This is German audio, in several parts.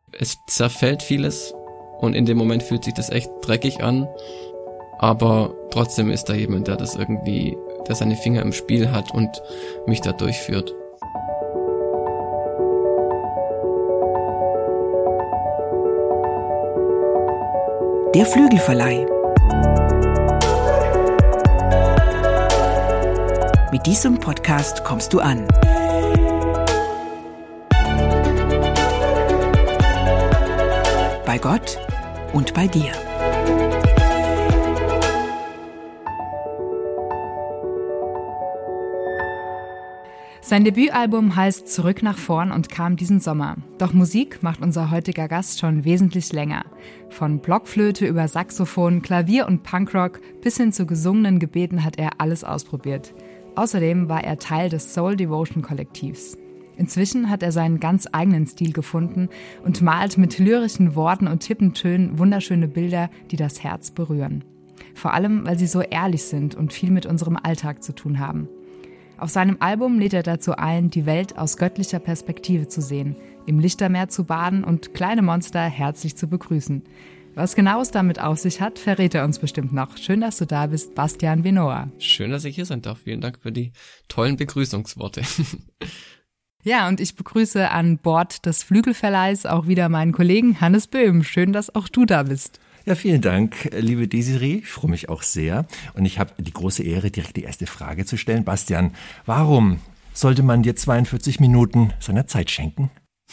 Es zerfällt vieles und in dem Moment fühlt sich das echt dreckig an, aber trotzdem ist da jemand, der seine Finger im Spiel hat und mich da durchführt. Der Flügelverleih. Mit diesem Podcast kommst du an. Bei Gott und bei dir. Sein Debütalbum heißt Zurück nach vorn und kam diesen Sommer. Doch Musik macht unser heutiger Gast schon wesentlich länger. Von Blockflöte über Saxophon, Klavier und Punkrock bis hin zu gesungenen Gebeten hat er alles ausprobiert. Außerdem war er Teil des Soul Devotion Kollektivs. Inzwischen hat er seinen ganz eigenen Stil gefunden und malt mit lyrischen Worten und Tippentönen wunderschöne Bilder, die das Herz berühren. Vor allem, weil sie so ehrlich sind und viel mit unserem Alltag zu tun haben. Auf seinem Album lädt er dazu ein, die Welt aus göttlicher Perspektive zu sehen, im Lichtermeer zu baden und kleine Monster herzlich zu begrüßen. Was genau es damit auf sich hat, verrät er uns bestimmt noch. Schön, dass du da bist, Bastian Benoa. Schön, dass ich hier sein darf. Vielen Dank für die tollen Begrüßungsworte. Ja, und ich begrüße an Bord des Flügelverleihs auch wieder meinen Kollegen Hannes Böhm. Schön, dass auch du da bist. Ja, vielen Dank, liebe Desiree. Ich freue mich auch sehr. Und ich habe die große Ehre, direkt die erste Frage zu stellen. Bastian, warum sollte man dir 42 Minuten seiner Zeit schenken?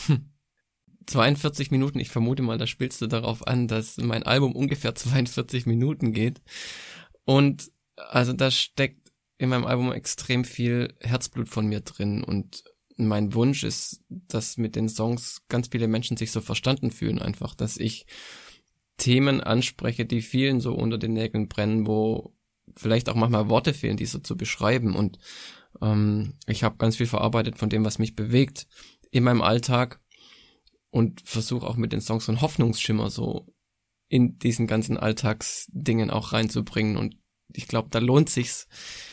42 Minuten, ich vermute mal, da spielst du darauf an, dass mein Album ungefähr 42 Minuten geht. Und also da steckt in meinem Album extrem viel Herzblut von mir drin. Und mein Wunsch ist, dass mit den Songs ganz viele Menschen sich so verstanden fühlen einfach, dass ich Themen anspreche, die vielen so unter den Nägeln brennen, wo vielleicht auch manchmal Worte fehlen, die so zu beschreiben. Und ich habe ganz viel verarbeitet von dem, was mich bewegt in meinem Alltag und versuche auch mit den Songs so einen Hoffnungsschimmer so in diesen ganzen Alltagsdingen auch reinzubringen. Und ich glaube, da lohnt sich's,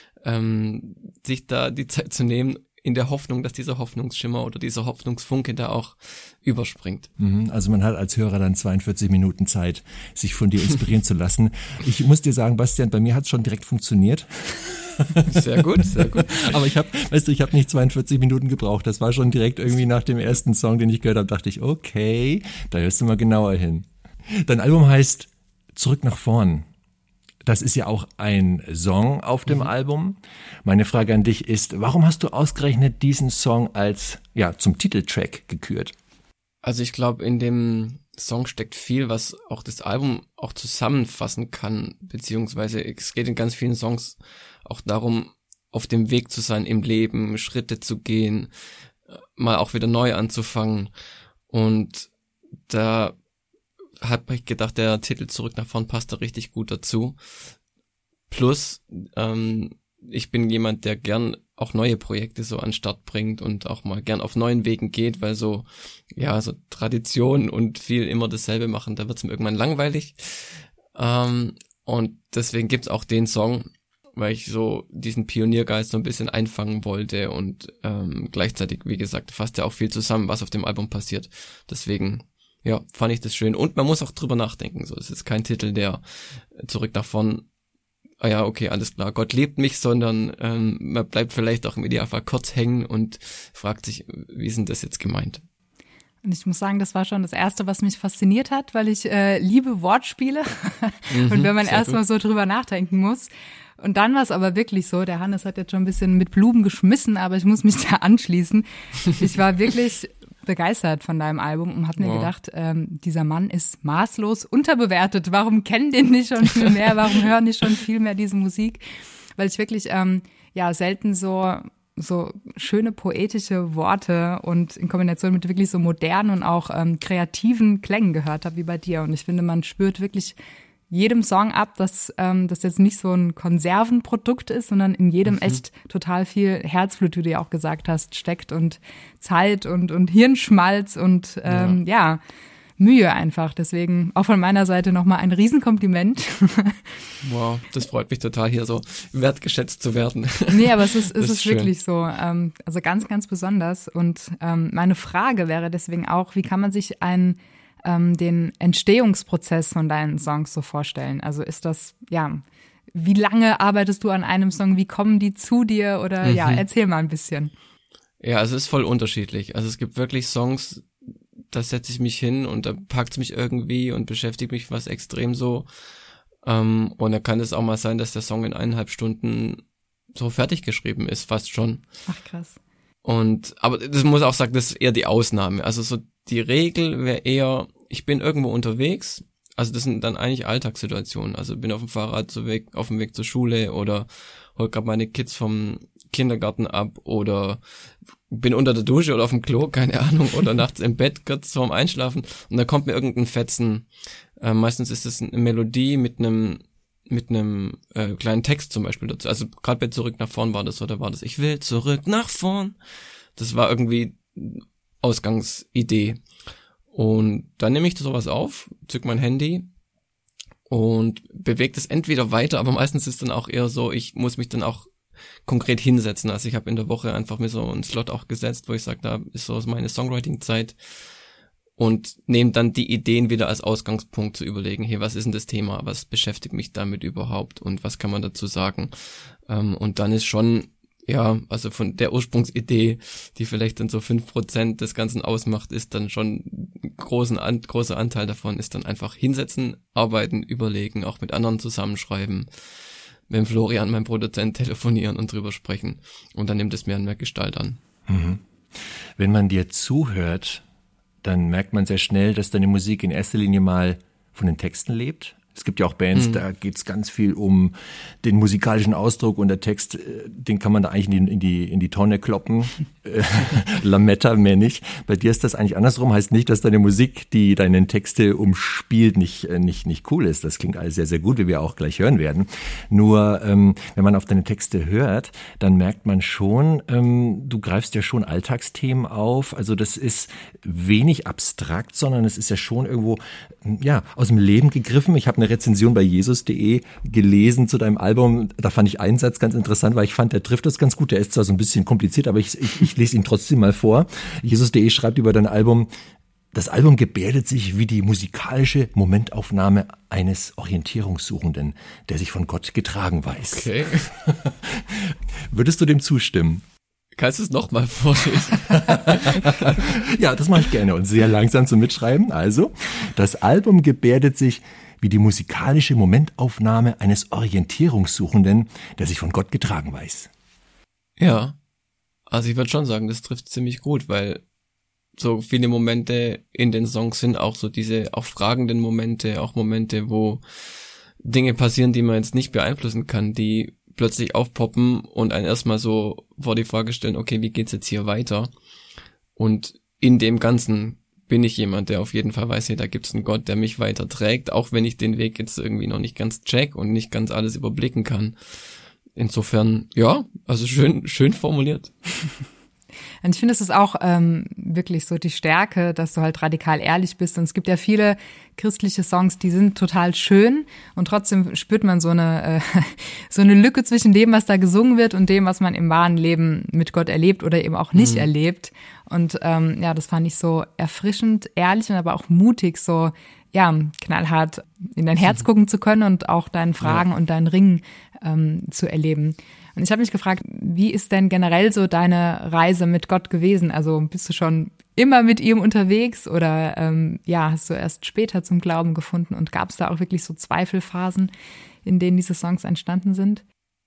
sich da die Zeit zu nehmen, in der Hoffnung, dass dieser Hoffnungsschimmer oder dieser Hoffnungsfunke da auch überspringt. Also man hat als Hörer dann 42 Minuten Zeit, sich von dir inspirieren zu lassen. Ich muss dir sagen, Bastian, bei mir hat es schon direkt funktioniert. Sehr gut, sehr gut. Aber ich habe nicht 42 Minuten gebraucht. Das war schon direkt irgendwie nach dem ersten Song, den ich gehört habe, dachte ich, okay, da hörst du mal genauer hin. Dein Album heißt Zurück nach vorn. Das ist ja auch ein Song auf dem Album. Meine Frage an dich ist, warum hast du ausgerechnet diesen Song als zum Titeltrack gekürt? Also ich glaube, in dem Song steckt viel, was auch das Album auch zusammenfassen kann, beziehungsweise es geht in ganz vielen Songs auch darum, auf dem Weg zu sein im Leben, Schritte zu gehen, mal auch wieder neu anzufangen. Und da habe ich gedacht, der Titel Zurück nach vorn passt da richtig gut dazu. Plus, ich bin jemand, der gern auch neue Projekte so an den Start bringt und auch mal gern auf neuen Wegen geht, weil so Tradition und viel immer dasselbe machen, da wird's mir irgendwann langweilig. Und deswegen gibt's auch den Song, weil ich so diesen Pioniergeist so ein bisschen einfangen wollte und gleichzeitig, wie gesagt, fasst ja auch viel zusammen, was auf dem Album passiert. Deswegen fand ich das schön. Und man muss auch drüber nachdenken. So, es ist kein Titel, der Zurück nach vorn, okay, alles klar, Gott liebt mich, sondern man bleibt vielleicht auch im Idealfall kurz hängen und fragt sich, wie ist denn das jetzt gemeint? Und ich muss sagen, das war schon das Erste, was mich fasziniert hat, weil ich liebe Wortspiele. Und wenn man erstmal so drüber nachdenken muss. Und dann war es aber wirklich so, der Hannes hat jetzt schon ein bisschen mit Blumen geschmissen, aber ich muss mich da anschließen. Ich war wirklich begeistert von deinem Album und habe mir gedacht, dieser Mann ist maßlos unterbewertet. Warum kennen den nicht schon viel mehr? Warum hören die schon viel mehr diese Musik? Weil ich wirklich selten so schöne poetische Worte und in Kombination mit wirklich so modernen und auch kreativen Klängen gehört habe wie bei dir. Und ich finde, man spürt wirklich jedem Song ab, dass das jetzt nicht so ein Konservenprodukt ist, sondern in jedem echt total viel Herzblut, wie du ja auch gesagt hast, steckt und Zeit und Hirnschmalz und Mühe einfach. Deswegen auch von meiner Seite nochmal ein Riesenkompliment. Wow, das freut mich total, hier so wertgeschätzt zu werden. Nee, aber es ist schön. wirklich so. Also ganz, ganz besonders. Und meine Frage wäre deswegen auch, wie kann man sich den Entstehungsprozess von deinen Songs so vorstellen? Also ist das, wie lange arbeitest du an einem Song? Wie kommen die zu dir? Oder erzähl mal ein bisschen. Ja, also es ist voll unterschiedlich. Also es gibt wirklich Songs, da setze ich mich hin und da packt's mich irgendwie und beschäftigt mich was extrem so. Und dann kann es auch mal sein, dass der Song in 1,5 Stunden so fertig geschrieben ist, fast schon. Ach krass. Aber das muss auch sagen, das ist eher die Ausnahme. Also so die Regel wäre eher, ich bin irgendwo unterwegs. Also das sind dann eigentlich Alltagssituationen. Also bin auf dem Fahrrad auf dem Weg zur Schule oder hol gerade meine Kids vom Kindergarten ab oder bin unter der Dusche oder auf dem Klo, keine Ahnung, oder nachts im Bett kurz vorm Einschlafen und da kommt mir irgendein Fetzen. Meistens ist es eine Melodie mit einem kleinen Text zum Beispiel dazu. Also gerade bei Zurück nach vorn war das, oder war das, ich will zurück nach vorn. Das war irgendwie Ausgangsidee. Und dann nehme ich sowas auf, zück mein Handy und bewege das entweder weiter, aber meistens ist dann auch eher so, ich muss mich dann auch konkret hinsetzen. Also ich habe in der Woche einfach mir so einen Slot auch gesetzt, wo ich sage, da ist so meine Songwriting-Zeit und nehme dann die Ideen wieder als Ausgangspunkt zu überlegen, hey, was ist denn das Thema, was beschäftigt mich damit überhaupt und was kann man dazu sagen? Und dann ist schon, also von der Ursprungsidee, die vielleicht dann so 5% des Ganzen ausmacht, ist dann schon großer Anteil davon ist dann einfach hinsetzen, arbeiten, überlegen, auch mit anderen zusammenschreiben, mit dem Florian, meinem Produzent, telefonieren und drüber sprechen. Und dann nimmt es mehr und mehr Gestalt an. Mhm. Wenn man dir zuhört, dann merkt man sehr schnell, dass deine Musik in erster Linie mal von den Texten lebt. Es gibt ja auch Bands, da geht's ganz viel um den musikalischen Ausdruck und der Text, den kann man da eigentlich in die Tonne kloppen. Lametta, mehr nicht. Bei dir ist das eigentlich andersrum. Heißt nicht, dass deine Musik, die deine Texte umspielt, nicht cool ist. Das klingt alles sehr, sehr gut, wie wir auch gleich hören werden. Nur, wenn man auf deine Texte hört, dann merkt man schon, du greifst ja schon Alltagsthemen auf. Also das ist wenig abstrakt, sondern es ist ja schon irgendwo, aus dem Leben gegriffen. Ich habe eine Rezension bei jesus.de gelesen zu deinem Album. Da fand ich einen Satz ganz interessant, weil ich fand, der trifft das ganz gut. Der ist zwar so ein bisschen kompliziert, aber ich lese ihn trotzdem mal vor. Jesus.de schreibt über dein Album: Das Album gebärdet sich wie die musikalische Momentaufnahme eines Orientierungssuchenden, der sich von Gott getragen weiß. Okay. Würdest du dem zustimmen? Kannst du es nochmal vorlesen? Ja, das mache ich gerne und sehr langsam zum Mitschreiben. Also, das Album gebärdet sich wie die musikalische Momentaufnahme eines Orientierungssuchenden, der sich von Gott getragen weiß. Ja, also ich würde schon sagen, das trifft ziemlich gut, weil so viele Momente in den Songs sind auch so diese auch fragenden Momente, auch Momente, wo Dinge passieren, die man jetzt nicht beeinflussen kann, die plötzlich aufpoppen und einen erstmal so vor die Frage stellen, okay, wie geht's jetzt hier weiter? Und in dem Ganzen bin ich jemand, der auf jeden Fall weiß, hey, da gibt's einen Gott, der mich weiter trägt, auch wenn ich den Weg jetzt irgendwie noch nicht ganz check und nicht ganz alles überblicken kann. Insofern, also schön formuliert. Und ich finde, es ist auch wirklich so die Stärke, dass du halt radikal ehrlich bist. Und es gibt ja viele christliche Songs, die sind total schön und trotzdem spürt man so eine Lücke zwischen dem, was da gesungen wird und dem, was man im wahren Leben mit Gott erlebt oder eben auch nicht erlebt. Und das fand ich so erfrischend, ehrlich und aber auch mutig, so knallhart in dein Herz gucken zu können und auch deinen Fragen und deinen Ringen zu erleben. Und ich habe mich gefragt, wie ist denn generell so deine Reise mit Gott gewesen? Also bist du schon immer mit ihm unterwegs oder hast du erst später zum Glauben gefunden und gab es da auch wirklich so Zweifelphasen, in denen diese Songs entstanden sind?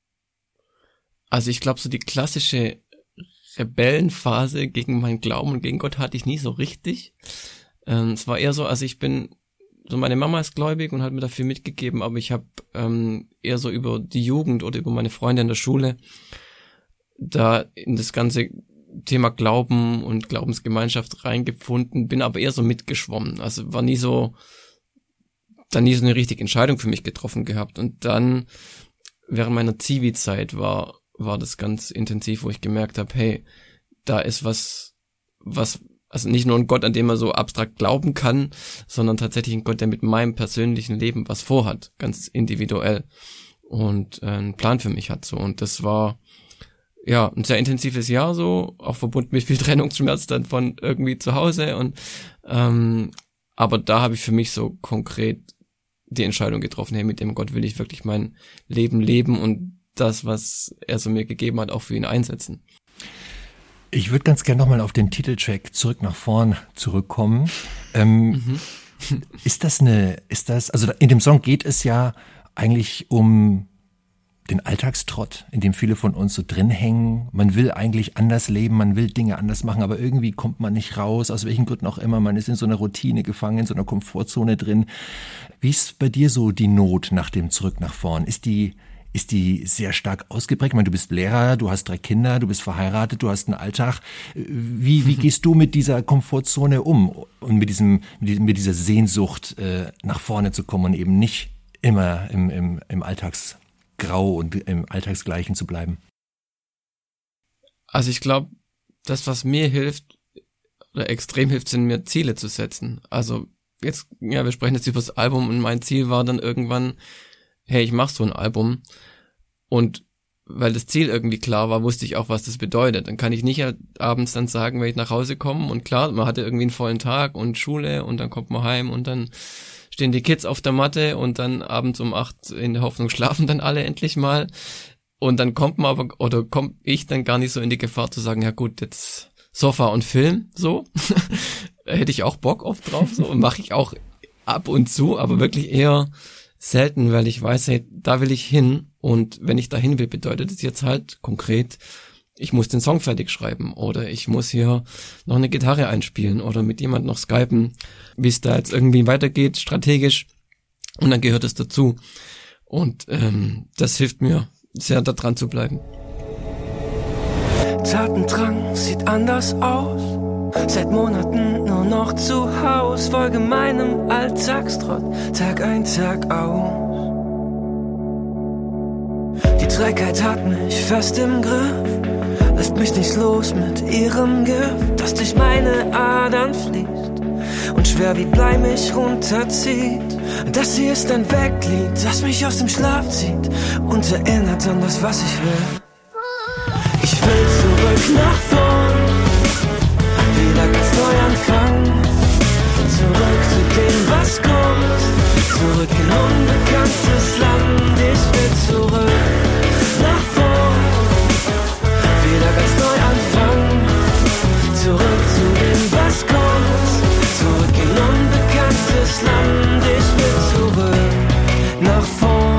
Also ich glaube, so die klassische Rebellenphase gegen meinen Glauben und gegen Gott hatte ich nie so richtig. Es war eher so, also meine Mama ist gläubig und hat mir da viel mitgegeben, aber ich habe eher so über die Jugend oder über meine Freunde in der Schule da in das ganze Thema Glauben und Glaubensgemeinschaft reingefunden, bin aber eher so mitgeschwommen. Also war nie so eine richtige Entscheidung für mich getroffen gehabt. Und dann während meiner Zivi-Zeit war das ganz intensiv, wo ich gemerkt habe, hey, da ist was also nicht nur ein Gott, an den man so abstrakt glauben kann, sondern tatsächlich ein Gott, der mit meinem persönlichen Leben was vorhat, ganz individuell und einen Plan für mich hat so. Und das war ja ein sehr intensives Jahr so, auch verbunden mit viel Trennungsschmerz dann von irgendwie zu Hause und aber da habe ich für mich so konkret die Entscheidung getroffen, hey, mit dem Gott will ich wirklich mein Leben leben und das, was er so mir gegeben hat, auch für ihn einsetzen. Ich würde ganz gerne nochmal auf den Titeltrack Zurück nach vorn zurückkommen. Also in dem Song geht es ja eigentlich um den Alltagstrott, in dem viele von uns so drin hängen. Man will eigentlich anders leben, man will Dinge anders machen, aber irgendwie kommt man nicht raus, aus welchen Gründen auch immer. Man ist in so einer Routine gefangen, in so einer Komfortzone drin. Wie ist bei dir so die Not nach dem Zurück nach vorn? Ist die sehr stark ausgeprägt? Ich meine, du bist Lehrer, du hast 3 Kinder, du bist verheiratet, du hast einen Alltag. Wie gehst du mit dieser Komfortzone um und mit dieser Sehnsucht nach vorne zu kommen und eben nicht immer im Alltagsgrau und im Alltagsgleichen zu bleiben? Also ich glaube, das, was mir hilft oder extrem hilft, sind mir Ziele zu setzen. Also jetzt, ja, wir sprechen jetzt über das Album und mein Ziel war dann irgendwann, hey, ich mach so ein Album und weil das Ziel irgendwie klar war, wusste ich auch, was das bedeutet. Dann kann ich nicht abends dann sagen, wenn ich nach Hause komme und klar, man hatte irgendwie einen vollen Tag und Schule und dann kommt man heim und dann stehen die Kids auf der Matte und dann abends um 8 in der Hoffnung schlafen dann alle endlich mal und dann komme ich dann gar nicht so in die Gefahr zu sagen, ja gut, jetzt Sofa und Film, so. Da hätte ich auch Bock oft drauf, so, und mache ich auch ab und zu, aber wirklich eher selten, weil ich weiß, hey, da will ich hin und wenn ich da hin will, bedeutet es jetzt halt konkret, ich muss den Song fertig schreiben oder ich muss hier noch eine Gitarre einspielen oder mit jemand noch skypen, wie es da jetzt irgendwie weitergeht, strategisch und dann gehört es dazu und das hilft mir sehr, da dran zu bleiben. Tatendrang sieht anders aus, seit Monaten nur noch zu Haus, folge meinem Alltagstrott, Tag ein, Tag aus. Die Trägheit hat mich fest im Griff, lässt mich nicht los mit ihrem Gift, das durch meine Adern fließt und schwer wie Blei mich runterzieht. Das hier ist ein Weglied, das mich aus dem Schlaf zieht und erinnert an das, was ich will. Ich will zurück nach vorn, wieder ganz neu anfangen, zurück zu dem, was kommt, zurück in unbekanntes Land. Ich will zurück nach vorn, wieder ganz neu anfangen, zurück zu dem, was kommt, zurück in unbekanntes Land. Ich will zurück nach vorn.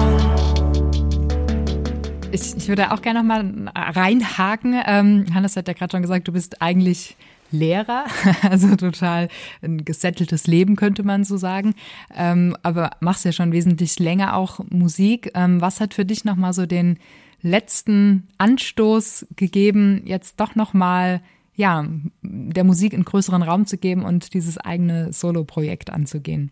Ich würde auch gerne nochmal reinhaken. Hannes hat ja gerade schon gesagt, du bist eigentlich Lehrer, also total ein gesetteltes Leben, könnte man so sagen. Aber machst ja schon wesentlich länger auch Musik. Was hat für dich nochmal so den letzten Anstoß gegeben, jetzt doch nochmal der Musik einen größeren Raum zu geben und dieses eigene Solo-Projekt anzugehen?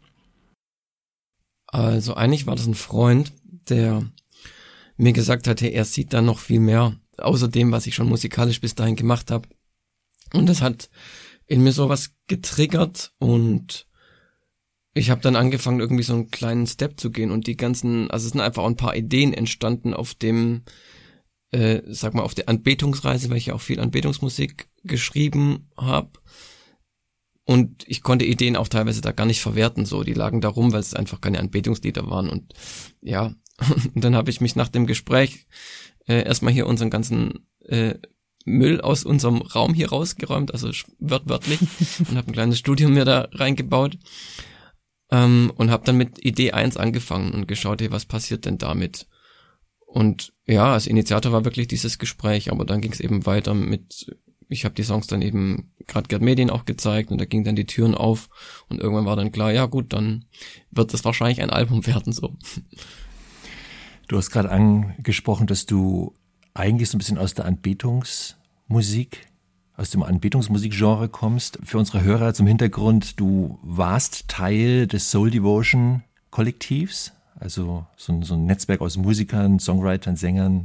Also eigentlich war das ein Freund, der mir gesagt hatte, er sieht da noch viel mehr, außer dem, was ich schon musikalisch bis dahin gemacht habe. Und das hat in mir sowas getriggert und ich habe dann angefangen, irgendwie so einen kleinen Step zu gehen und also es sind einfach auch ein paar Ideen entstanden auf dem, auf der Anbetungsreise, weil ich ja auch viel Anbetungsmusik geschrieben habe. Und ich konnte Ideen auch teilweise da gar nicht verwerten, so, die lagen da rum, weil es einfach keine Anbetungslieder waren und ja, und dann habe ich mich nach dem Gespräch erstmal hier unseren ganzen Müll aus unserem Raum hier rausgeräumt, also wörtlich, und habe ein kleines Studio mir da reingebaut und habe dann mit Idee 1 angefangen und geschaut, hey, was passiert denn damit? Und ja, als Initiator war wirklich dieses Gespräch, aber dann ging es eben weiter ich habe die Songs dann eben gerade Gerd Medien auch gezeigt und da gingen dann die Türen auf und irgendwann war dann klar, ja gut, dann wird das wahrscheinlich ein Album werden, so. Du hast gerade angesprochen, dass du eigentlich so ein bisschen aus der Anbetungsmusik, aus dem Anbetungsmusikgenre kommst. Für unsere Hörer zum Hintergrund, du warst Teil des Soul Devotion Kollektivs, also so ein Netzwerk aus Musikern, Songwritern, Sängern,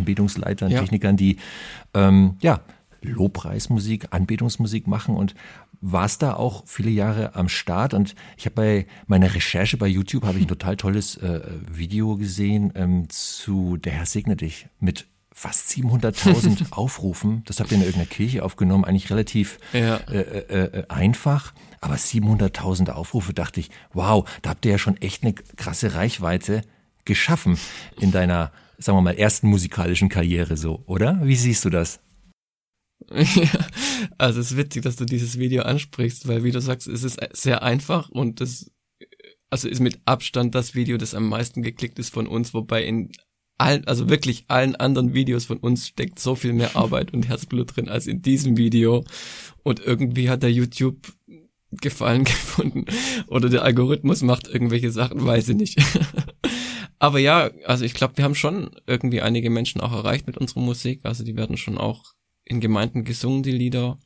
Anbetungsleitern, Technikern, die Lobpreismusik, Anbetungsmusik machen. Und warst da auch viele Jahre am Start und ich habe bei meiner Recherche bei YouTube habe ich ein total tolles Video gesehen zu Der Herr segne dich mit fast 700.000 Aufrufen. Das habt ihr in irgendeiner Kirche aufgenommen, eigentlich relativ einfach, aber 700.000 Aufrufe, dachte ich, wow, da habt ihr ja schon echt eine krasse Reichweite geschaffen in deiner, sagen wir mal, ersten musikalischen Karriere so, oder? Wie siehst du das? Ja, also es ist witzig, dass du dieses Video ansprichst, weil wie du sagst, es ist sehr einfach und das ist mit Abstand das Video, das am meisten geklickt ist von uns, wobei in wirklich allen anderen Videos von uns steckt so viel mehr Arbeit und Herzblut drin als in diesem Video und irgendwie hat der YouTube Gefallen gefunden oder der Algorithmus macht irgendwelche Sachen, weiß ich nicht. Aber ja, also ich glaube, wir haben schon irgendwie einige Menschen auch erreicht mit unserer Musik, also die werden schon auch in Gemeinden gesungen, die Lieder,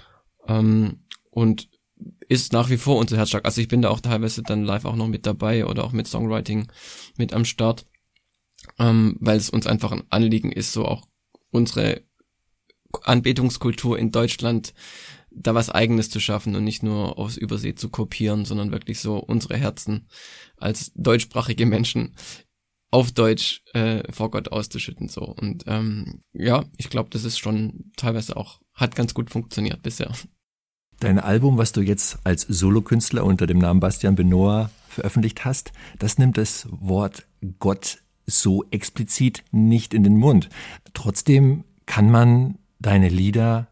und ist nach wie vor unser Herzschlag. Also ich bin da auch teilweise dann live auch noch mit dabei oder auch mit Songwriting mit am Start, weil es uns einfach ein Anliegen ist, so auch unsere Anbetungskultur in Deutschland da was Eigenes zu schaffen und nicht nur aus Übersee zu kopieren, sondern wirklich so unsere Herzen als deutschsprachige Menschen auf Deutsch vor Gott auszuschütten so und ja, ich glaube, das ist schon teilweise auch, hat ganz gut funktioniert bisher. Dein Album, was du jetzt als Solokünstler unter dem Namen Bastian Benoa veröffentlicht hast, das nimmt das Wort Gott so explizit nicht in den Mund. Trotzdem kann man deine Lieder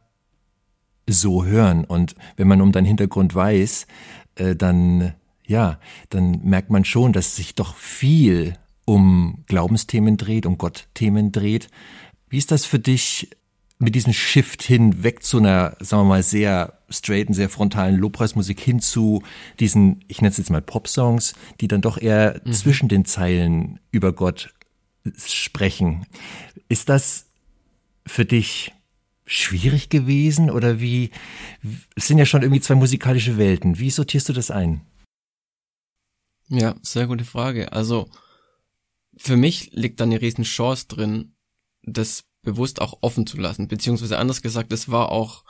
so hören und wenn man um deinen Hintergrund weiß, dann merkt man schon, dass sich doch viel um Glaubensthemen dreht, um Gottthemen dreht. Wie ist das für dich mit diesem Shift hin, weg zu einer, sagen wir mal, sehr straighten, sehr frontalen Lobpreismusik hin zu diesen, ich nenne es jetzt mal Pop-Songs, die dann doch eher zwischen den Zeilen über Gott sprechen. Ist das für dich schwierig gewesen oder es sind ja schon irgendwie zwei musikalische Welten. Wie sortierst du das ein? Ja, sehr gute Frage. Also für mich liegt da eine riesen Chance drin, das bewusst auch offen zu lassen, beziehungsweise anders gesagt, es war auch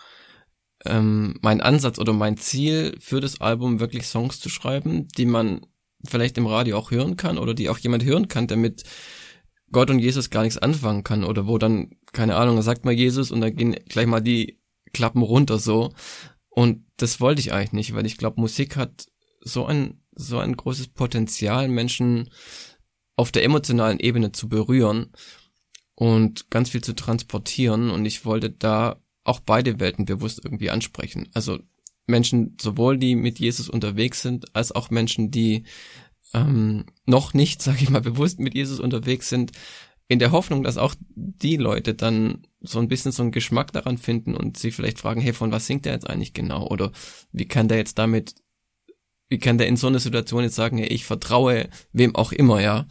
mein Ansatz oder mein Ziel für das Album, wirklich Songs zu schreiben, die man vielleicht im Radio auch hören kann oder die auch jemand hören kann, der mit Gott und Jesus gar nichts anfangen kann oder wo dann, keine Ahnung, da sagt mal Jesus und dann gehen gleich mal die Klappen runter so und das wollte ich eigentlich nicht, weil ich glaube, Musik hat so ein großes Potenzial, Menschen auf der emotionalen Ebene zu berühren und ganz viel zu transportieren und ich wollte da auch beide Welten bewusst irgendwie ansprechen. Also Menschen, sowohl die mit Jesus unterwegs sind, als auch Menschen, die noch nicht, sage ich mal, bewusst mit Jesus unterwegs sind, in der Hoffnung, dass auch die Leute dann so ein bisschen so einen Geschmack daran finden und sie vielleicht fragen, hey, von was singt der jetzt eigentlich genau? Oder wie kann der in so einer Situation jetzt sagen, hey, ich vertraue wem auch immer, ja?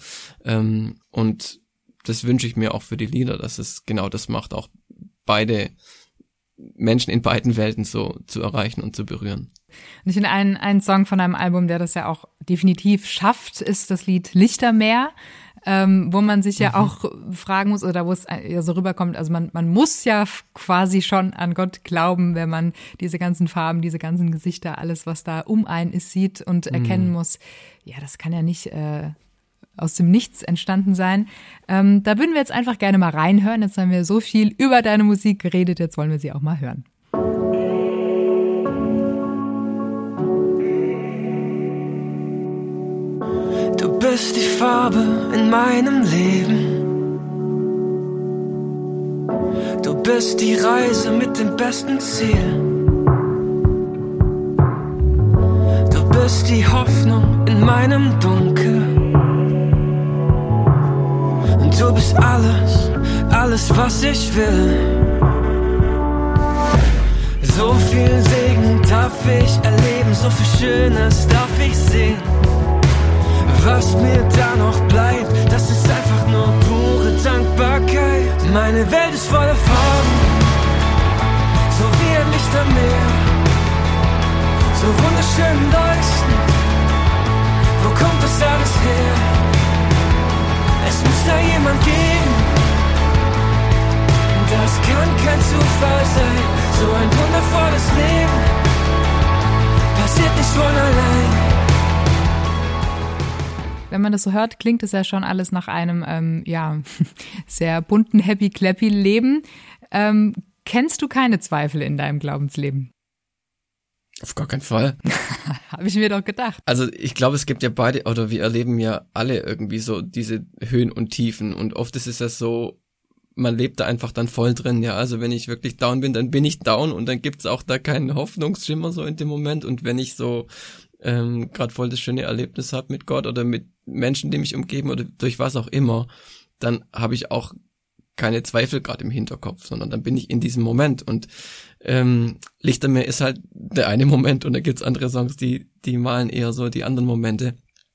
Und das wünsche ich mir auch für die Lieder, dass es genau das macht, auch beide Menschen in beiden Welten so zu erreichen und zu berühren. Und ich finde, ein Song von einem Album, der das ja auch definitiv schafft, ist das Lied Lichtermeer, wo man sich ja auch fragen muss, oder wo es ja so rüberkommt, also man muss ja quasi schon an Gott glauben, wenn man diese ganzen Farben, diese ganzen Gesichter, alles, was da um einen ist, sieht und erkennen muss, ja, das kann ja nicht aus dem Nichts entstanden sein. Da würden wir jetzt einfach gerne mal reinhören. Jetzt haben wir so viel über deine Musik geredet, jetzt wollen wir sie auch mal hören. Du bist die Farbe in meinem Leben. Du bist die Reise mit dem besten Ziel. Du bist die Hoffnung in meinem Dunkel. Und du bist alles, was ich will. So viel Segen darf ich erleben, so viel Schönes darf ich sehen. Was mir da noch bleibt, das ist einfach nur pure Dankbarkeit. Meine Welt ist voller Farben, so wie ein Lichtermeer, so wunderschön leuchten. Wo kommt das alles her? Es muss da jemand geben, das kann kein Zufall sein. So ein wundervolles Leben, passiert nicht von allein. Wenn man das so hört, klingt es ja schon alles nach einem, sehr bunten, happy-clappy-Leben. Kennst du keine Zweifel in deinem Glaubensleben? Auf gar keinen Fall. Habe ich mir doch gedacht. Also ich glaube, es gibt ja beide, oder wir erleben ja alle irgendwie so diese Höhen und Tiefen. Und oft ist es ja so, man lebt da einfach dann voll drin. Ja, also wenn ich wirklich down bin, dann bin ich down und dann gibt's auch da keinen Hoffnungsschimmer so in dem Moment. Und wenn ich so gerade voll das schöne Erlebnis habe mit Gott oder mit Menschen, die mich umgeben oder durch was auch immer, dann habe ich auch keine Zweifel gerade im Hinterkopf, sondern dann bin ich in diesem Moment. Und Lichtermeer ist halt der eine Moment und da gibt's andere Songs, die malen eher so die anderen Momente.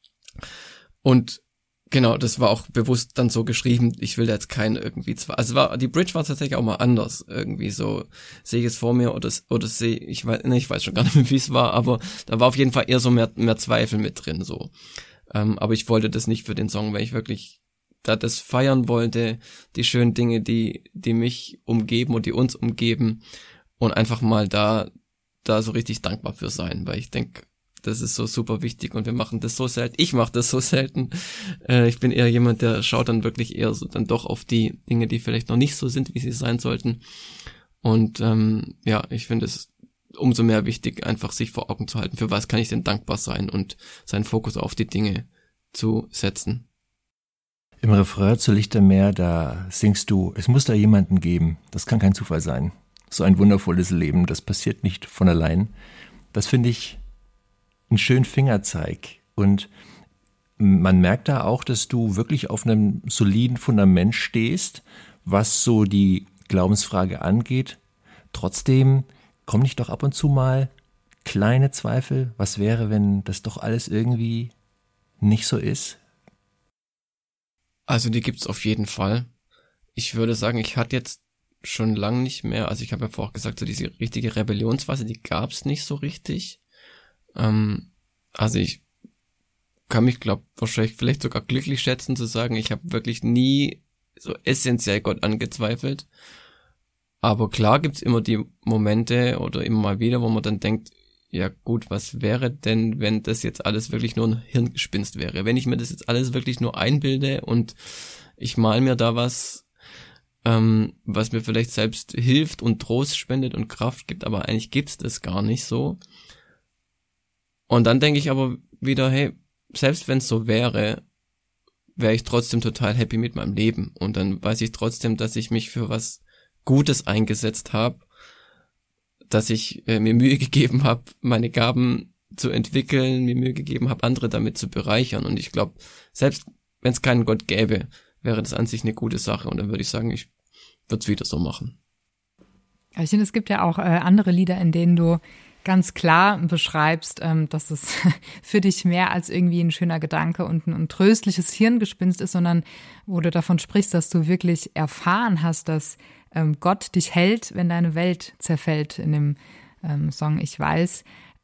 Und genau, das war auch bewusst dann so geschrieben, ich will da jetzt keinen irgendwie die Bridge war tatsächlich auch mal anders, irgendwie so, sehe ich es vor mir oder sehe, ich weiß schon gar nicht mehr, wie es war, aber da war auf jeden Fall eher so mehr Zweifel mit drin, so. Aber ich wollte das nicht für den Song, weil ich wirklich da das feiern wollte, die schönen Dinge, die mich umgeben und die uns umgeben und einfach mal da so richtig dankbar für sein, weil ich denke, das ist so super wichtig und wir machen das so selten. Ich mache das so selten. Ich bin eher jemand, der schaut dann wirklich eher so dann doch auf die Dinge, die vielleicht noch nicht so sind, wie sie sein sollten. Und ich finde es umso mehr wichtig, einfach sich vor Augen zu halten, für was kann ich denn dankbar sein und seinen Fokus auf die Dinge zu setzen. Im Refrain zu Lichtermeer, da singst du, es muss da jemanden geben. Das kann kein Zufall sein. So ein wundervolles Leben, das passiert nicht von allein. Das finde ich einen schönen Fingerzeig. Und man merkt da auch, dass du wirklich auf einem soliden Fundament stehst, was so die Glaubensfrage angeht. Trotzdem kommen nicht doch ab und zu mal kleine Zweifel? Was wäre, wenn das doch alles irgendwie nicht so ist? Also die gibt's auf jeden Fall. Ich würde sagen, ich hatte jetzt schon lang nicht mehr, also ich habe ja vorher gesagt, so diese richtige Rebellionsphase, die gab's nicht so richtig. Also ich kann mich, wahrscheinlich vielleicht sogar glücklich schätzen zu sagen, ich habe wirklich nie so essentiell Gott angezweifelt. Aber klar gibt's immer die Momente oder immer mal wieder, wo man dann denkt, ja gut, was wäre denn, wenn das jetzt alles wirklich nur ein Hirngespinst wäre? Wenn ich mir das jetzt alles wirklich nur einbilde und ich mal mir da was mir vielleicht selbst hilft und Trost spendet und Kraft gibt, aber eigentlich gibt's das gar nicht so. Und dann denke ich aber wieder, hey, selbst wenn es so wäre ich trotzdem total happy mit meinem Leben. Und dann weiß ich trotzdem, dass ich mich für was Gutes eingesetzt habe, dass ich mir Mühe gegeben habe, meine Gaben zu entwickeln, mir Mühe gegeben habe, andere damit zu bereichern. Und ich glaube, selbst wenn es keinen Gott gäbe, wäre das an sich eine gute Sache. Und dann würde ich sagen, ich würde es wieder so machen. Ich finde, es gibt ja auch andere Lieder, in denen du ganz klar beschreibst, dass es für dich mehr als irgendwie ein schöner Gedanke und ein tröstliches Hirngespinst ist, sondern wo du davon sprichst, dass du wirklich erfahren hast, dass Gott dich hält, wenn deine Welt zerfällt, in dem Song Ich weiß.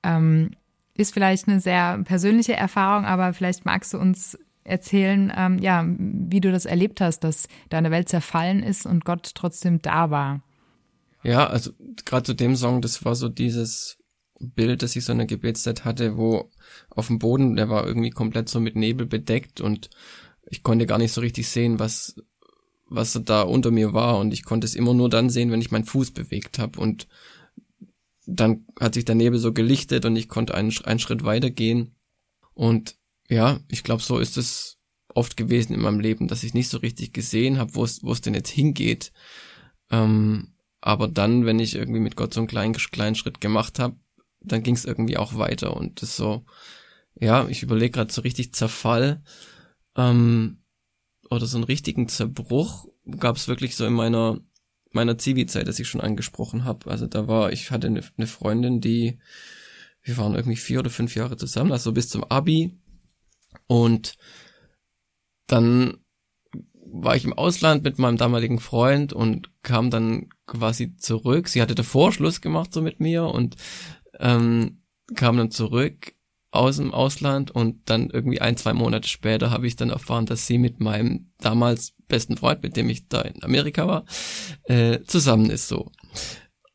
Ist vielleicht eine sehr persönliche Erfahrung, aber vielleicht magst du uns erzählen, wie du das erlebt hast, dass deine Welt zerfallen ist und Gott trotzdem da war. Ja, also gerade zu dem Song, das war so dieses Bild, das ich so in der Gebetszeit hatte, wo auf dem Boden, der war irgendwie komplett so mit Nebel bedeckt und ich konnte gar nicht so richtig sehen, was da unter mir war und ich konnte es immer nur dann sehen, wenn ich meinen Fuß bewegt habe und dann hat sich der Nebel so gelichtet und ich konnte einen Schritt weitergehen und ja, ich glaube, so ist es oft gewesen in meinem Leben, dass ich nicht so richtig gesehen habe, wo es denn jetzt hingeht. Aber dann, wenn ich irgendwie mit Gott so einen kleinen Schritt gemacht habe, dann ging es irgendwie auch weiter und das so, ja, ich überlege gerade so richtig Zerfall oder so einen richtigen Zerbruch gab es wirklich so in meiner Zivi-Zeit, das ich schon angesprochen habe. Also ich hatte eine Freundin, wir waren irgendwie 4 oder 5 Jahre zusammen, also bis zum Abi und dann war ich im Ausland mit meinem damaligen Freund und kam dann quasi zurück. Sie hatte davor Schluss gemacht so mit mir und kam dann zurück aus dem Ausland und dann irgendwie 1-2 Monate später habe ich dann erfahren, dass sie mit meinem damals besten Freund, mit dem ich da in Amerika war, zusammen ist so.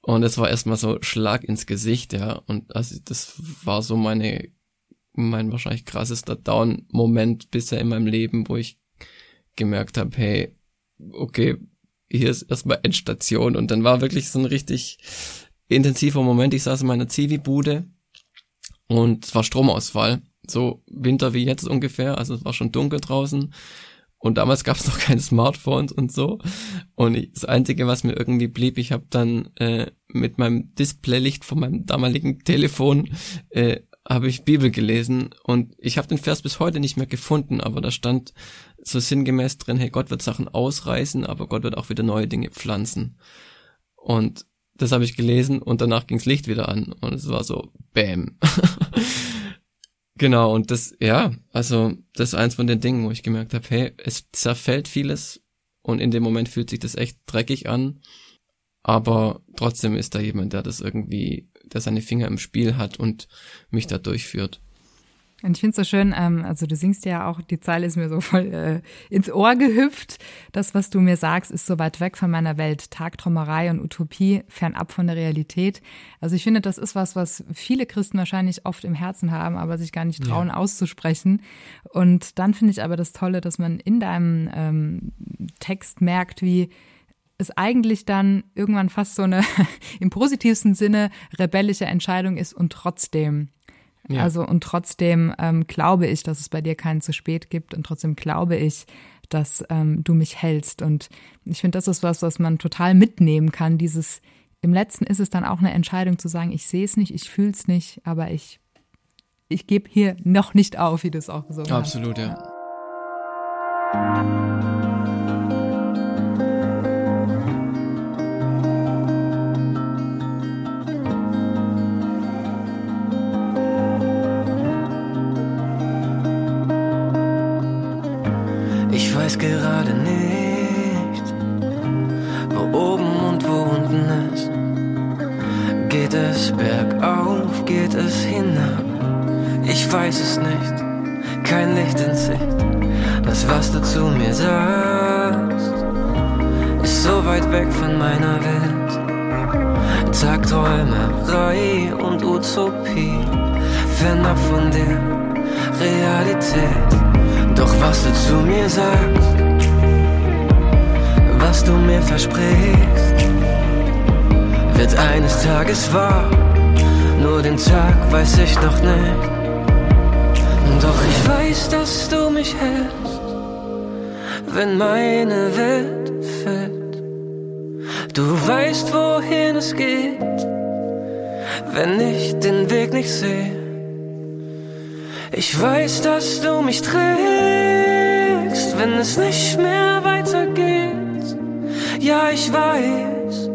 Und es war erstmal so Schlag ins Gesicht, ja. Und also das war so mein wahrscheinlich krassester Down-Moment bisher in meinem Leben, wo ich gemerkt habe, hey, okay, hier ist erstmal Endstation. Und dann war wirklich so ein richtig intensiver Moment. Ich saß in meiner Zivi-Bude und es war Stromausfall. So Winter wie jetzt ungefähr. Also es war schon dunkel draußen. Und damals gab es noch keine Smartphones und so. Und das Einzige, was mir irgendwie blieb, ich habe dann mit meinem Displaylicht von meinem damaligen Telefon habe ich Bibel gelesen. Und ich habe den Vers bis heute nicht mehr gefunden, aber da stand so sinngemäß drin, hey, Gott wird Sachen ausreißen, aber Gott wird auch wieder neue Dinge pflanzen. Und das habe ich gelesen und danach ging's Licht wieder an. Und es war so, bam. Genau, und das ist eins von den Dingen, wo ich gemerkt habe, hey, es zerfällt vieles und in dem Moment fühlt sich das echt dreckig an, aber trotzdem ist da jemand, der seine Finger im Spiel hat und mich da durchführt. Und ich finde es so schön, also du singst ja auch, die Zeile ist mir so voll ins Ohr gehüpft. Das, was du mir sagst, ist so weit weg von meiner Welt. Tagträumerei und Utopie, fernab von der Realität. Also ich finde, das ist was viele Christen wahrscheinlich oft im Herzen haben, aber sich gar nicht trauen auszusprechen. Und dann finde ich aber das Tolle, dass man in deinem Text merkt, wie es eigentlich dann irgendwann fast so eine im positivsten Sinne rebellische Entscheidung ist und trotzdem. Ja. Also und trotzdem glaube ich, dass es bei dir keinen zu spät gibt und trotzdem glaube ich, dass du mich hältst. Und ich finde, das ist was man total mitnehmen kann. Im Letzten ist es dann auch eine Entscheidung zu sagen, ich sehe es nicht, ich fühle es nicht, aber ich gebe hier noch nicht auf, wie du es auch gesungen hast. Absolut, ja. Ich weiß gerade nicht, wo oben und wo unten ist. Geht es bergauf, geht es hinab? Ich weiß es nicht, kein Licht in Sicht. Das, was du zu mir sagst, ist so weit weg von meiner Welt. Tagträumerei und Utopie, fernab von der Realität. Doch was du zu mir sagst, was du mir versprichst, wird eines Tages wahr. Nur den Tag weiß ich noch nicht. Doch ich weiß, dass du mich hältst, wenn meine Welt fällt. Du weißt, wohin es geht, wenn ich den Weg nicht sehe. Ich weiß, dass du mich trägst, wenn es nicht mehr weitergeht. Ja, ich weiß.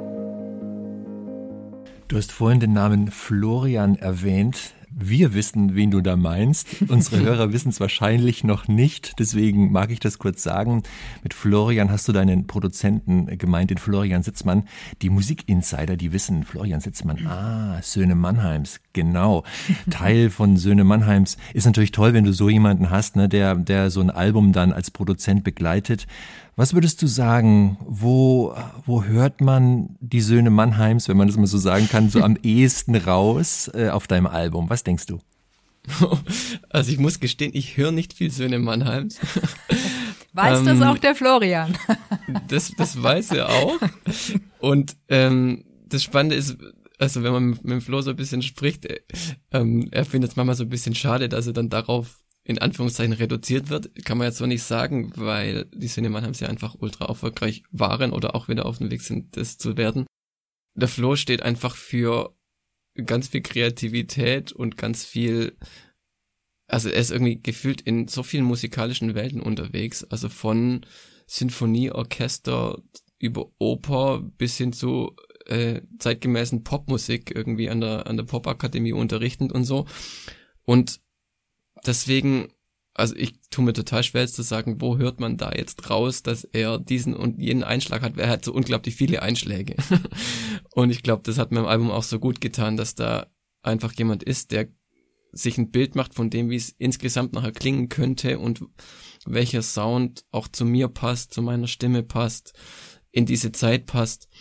Du hast vorhin den Namen Florian erwähnt. Wir wissen, wen du da meinst. Unsere Hörer wissen es wahrscheinlich noch nicht. Deswegen mag ich das kurz sagen. Mit Florian hast du deinen Produzenten gemeint, den Florian Sitzmann. Die Musikinsider, die wissen, Florian Sitzmann, Söhne Mannheims, genau. Teil von Söhne Mannheims. Ist natürlich toll, wenn du so jemanden hast, ne, der so ein Album dann als Produzent begleitet. Was würdest du sagen, wo hört man die Söhne Mannheims, wenn man das mal so sagen kann, so am ehesten raus auf deinem Album? Was denkst du? Also ich muss gestehen, ich höre nicht viel Söhne Mannheims. Weiß das auch der Florian? Das weiß er auch. Und das Spannende ist, also wenn man mit dem Flo so ein bisschen spricht, er findet es manchmal so ein bisschen schade, dass er dann darauf in Anführungszeichen reduziert wird, kann man jetzt so nicht sagen, weil die Söhne Mannheims ja einfach ultra erfolgreich waren oder auch wieder auf dem Weg sind, das zu werden. Der Flo steht einfach für ganz viel Kreativität und ganz viel, also er ist irgendwie gefühlt in so vielen musikalischen Welten unterwegs, also von Sinfonieorchester über Oper bis hin zu zeitgemäßen Popmusik irgendwie an der Popakademie unterrichtend und so. Und deswegen, also ich tue mir total schwer jetzt zu sagen, wo hört man da jetzt raus, dass er diesen und jenen Einschlag hat, weil er hat so unglaublich viele Einschläge. Und ich glaube, das hat mir im Album auch so gut getan, dass da einfach jemand ist, der sich ein Bild macht von dem, wie es insgesamt nachher klingen könnte und welcher Sound auch zu mir passt, zu meiner Stimme passt, in diese Zeit passt.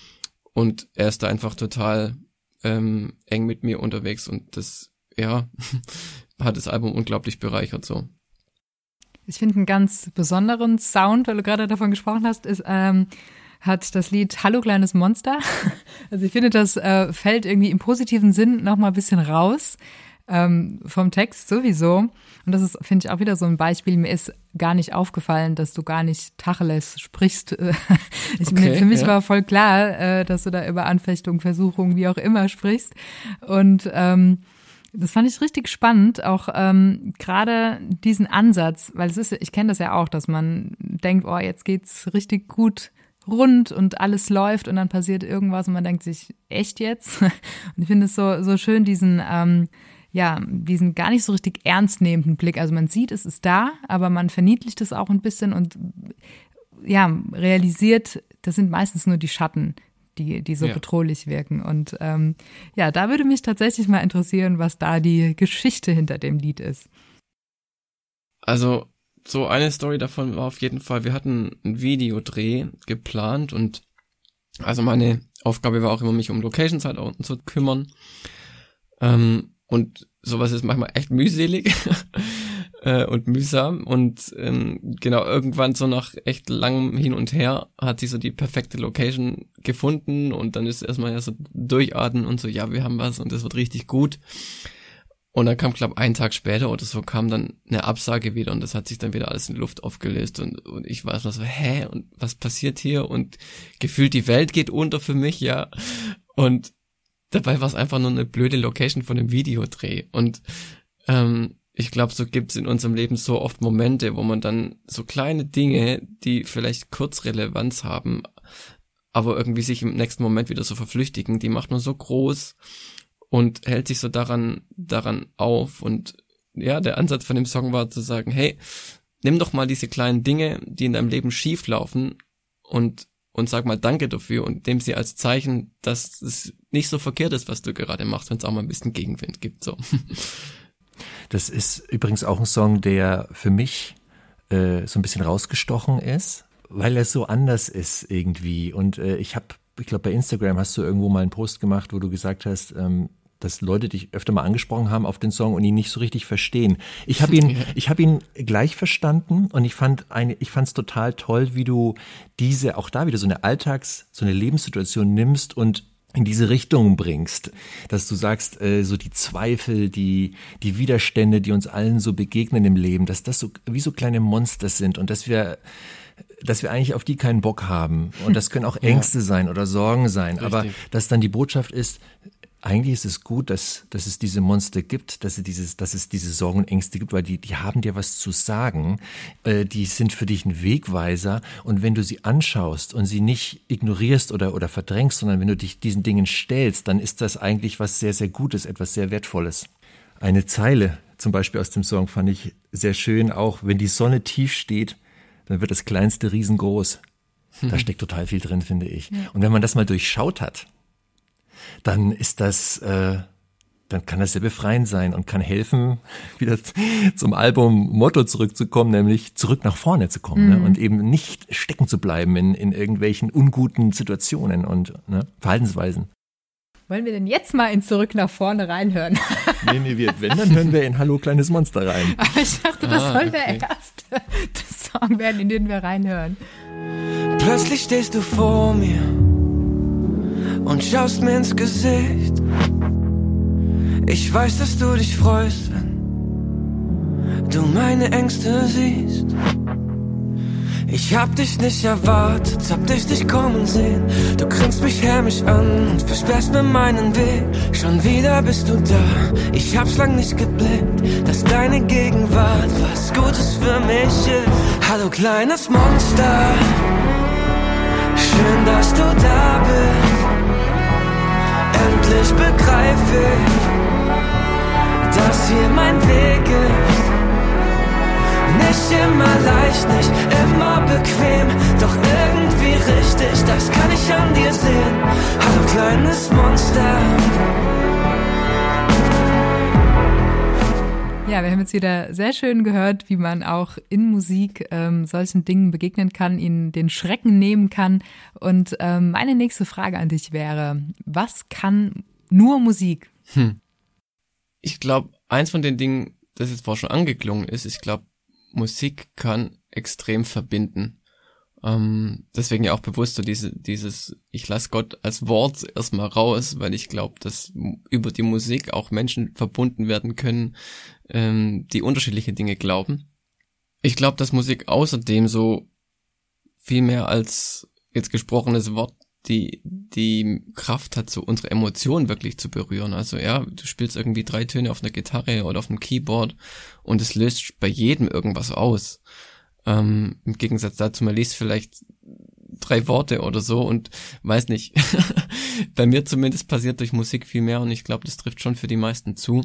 Und er ist da einfach total eng mit mir unterwegs und das, ja, hat das Album unglaublich bereichert so. Ich finde einen ganz besonderen Sound, weil du gerade davon gesprochen hast, ist, hat das Lied Hallo kleines Monster. Also ich finde, das fällt irgendwie im positiven Sinn nochmal ein bisschen raus vom Text sowieso. Und das ist, finde ich, auch wieder so ein Beispiel. Mir ist gar nicht aufgefallen, dass du gar nicht Tacheles sprichst. Für mich war voll klar, dass du da über Anfechtung, Versuchung, wie auch immer sprichst. Und das fand ich richtig spannend, auch gerade diesen Ansatz, weil es ist, ich kenne das ja auch, dass man denkt, oh, jetzt geht's richtig gut rund und alles läuft und dann passiert irgendwas und man denkt sich, echt jetzt? Und ich finde es so schön, diesen diesen gar nicht so richtig ernst nehmenden Blick. Also man sieht, es ist da, aber man verniedlicht es auch ein bisschen und ja, realisiert, das sind meistens nur die Schatten, die so bedrohlich wirken. Und da würde mich tatsächlich mal interessieren, was da die Geschichte hinter dem Lied ist. Also so eine Story davon war auf jeden Fall, wir hatten einen Videodreh geplant und also meine Aufgabe war auch immer, mich um Locations halt unten zu kümmern. Und sowas ist manchmal echt mühselig und mühsam und genau, irgendwann so nach echt langem Hin und Her hat sie so die perfekte Location gefunden und dann ist erstmal ja so durchatmen und so, ja, wir haben was und das wird richtig gut. Und dann kam, glaube ich, einen Tag später oder so kam dann eine Absage wieder und das hat sich dann wieder alles in Luft aufgelöst und ich war erstmal so, und was passiert hier? Und gefühlt die Welt geht unter für mich, ja. Und dabei war es einfach nur eine blöde Location von einem Videodreh. Und ich glaube, so gibt's in unserem Leben so oft Momente, wo man dann so kleine Dinge, die vielleicht kurz Relevanz haben, aber irgendwie sich im nächsten Moment wieder so verflüchtigen, die macht man so groß und hält sich so daran auf. Und ja, der Ansatz von dem Song war zu sagen, hey, nimm doch mal diese kleinen Dinge, die in deinem Leben schief laufen und sag mal Danke dafür und nimm sie als Zeichen, dass es nicht so verkehrt ist, was du gerade machst, wenn es auch mal ein bisschen Gegenwind gibt. So. Das ist übrigens auch ein Song, der für mich so ein bisschen rausgestochen ist, weil er so anders ist irgendwie. Und ich glaube, bei Instagram hast du irgendwo mal einen Post gemacht, wo du gesagt hast, dass Leute dich öfter mal angesprochen haben auf den Song und ihn nicht so richtig verstehen. Ich habe ihn gleich verstanden und ich fand's total toll, wie du auch da wieder so eine Lebenssituation nimmst und in diese Richtung bringst, dass du sagst, so die Zweifel, die Widerstände, die uns allen so begegnen im Leben, dass das so wie so kleine Monster sind und dass wir eigentlich auf die keinen Bock haben und das können auch Ängste sein oder Sorgen sein, richtig. Aber dass dann die Botschaft ist, eigentlich ist es gut, dass es diese Monster gibt, dass es diese Sorgen und Ängste gibt, weil die haben dir was zu sagen, die sind für dich ein Wegweiser und wenn du sie anschaust und sie nicht ignorierst oder verdrängst, sondern wenn du dich diesen Dingen stellst, dann ist das eigentlich was sehr, sehr Gutes, etwas sehr Wertvolles. Eine Zeile zum Beispiel aus dem Song fand ich sehr schön, auch wenn die Sonne tief steht, dann wird das Kleinste riesengroß. Da steckt total viel drin, finde ich. Ja. Und wenn man das mal durchschaut hat, dann ist das, dann kann das sehr befreiend sein und kann helfen, wieder zum Album-Motto zurückzukommen, nämlich zurück nach vorne zu kommen, ne? Und eben nicht stecken zu bleiben in irgendwelchen unguten Situationen und Verhaltensweisen. Wollen wir denn jetzt mal in Zurück nach vorne reinhören? Nee, wenn, dann hören wir in Hallo kleines Monster rein. Aber ich dachte, das soll der erste Song werden, in den wir reinhören. Plötzlich stehst du vor mir und schaust mir ins Gesicht. Ich weiß, dass du dich freust, wenn du meine Ängste siehst. Ich hab dich nicht erwartet, hab dich nicht kommen sehen. Du grinst mich hämisch an und versperrst mir meinen Weg. Schon wieder bist du da, ich hab's lang nicht geblickt, dass deine Gegenwart was Gutes für mich ist. Hallo kleines Monster, schön, dass du da bist. Endlich begreife ich, dass hier mein Weg ist. Nicht immer leicht, nicht immer bequem, doch irgendwie richtig, das kann ich an dir sehen. Hallo kleines Monster. Ja, wir haben jetzt wieder sehr schön gehört, wie man auch in Musik solchen Dingen begegnen kann, ihnen den Schrecken nehmen kann. Und meine nächste Frage an dich wäre, was kann nur Musik? Ich glaube, eins von den Dingen, das jetzt vorher schon angeklungen ist, ich glaube, Musik kann extrem verbinden. Deswegen ja auch bewusst so dieses ich lasse Gott als Wort erstmal raus, weil ich glaube, dass über die Musik auch Menschen verbunden werden können, die unterschiedliche Dinge glauben. Ich glaube, dass Musik außerdem so viel mehr als jetzt gesprochenes Wort die Kraft hat, so unsere Emotionen wirklich zu berühren. Also ja, du spielst irgendwie 3 Töne auf einer Gitarre oder auf einem Keyboard und es löst bei jedem irgendwas aus. Im Gegensatz dazu, man liest vielleicht 3 Worte oder so und weiß nicht. Bei mir zumindest passiert durch Musik viel mehr und ich glaube, das trifft schon für die meisten zu.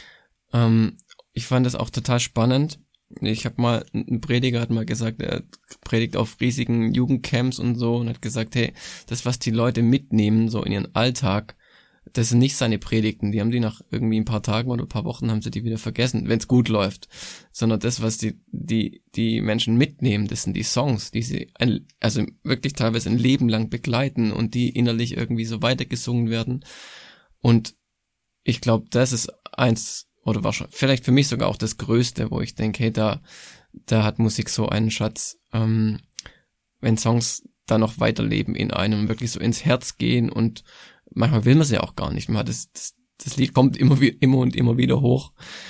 Ich fand das auch total spannend. Ich habe mal, ein Prediger hat mal gesagt, er predigt auf riesigen Jugendcamps und so und hat gesagt, hey, das, was die Leute mitnehmen, so in ihren Alltag, das sind nicht seine Predigten, die haben die nach irgendwie ein paar Tagen oder ein paar Wochen haben sie die wieder vergessen, wenn es gut läuft, sondern das, was die Menschen mitnehmen, das sind die Songs, die sie also wirklich teilweise ein Leben lang begleiten und die innerlich irgendwie so weitergesungen werden. Und ich glaube, das ist eins oder wahrscheinlich vielleicht für mich sogar auch das Größte, wo ich denke, hey, da hat Musik so einen Schatz, wenn Songs da noch weiterleben in einem, wirklich so ins Herz gehen und manchmal will man es ja auch gar nicht. Das Lied kommt immer und immer wieder hoch.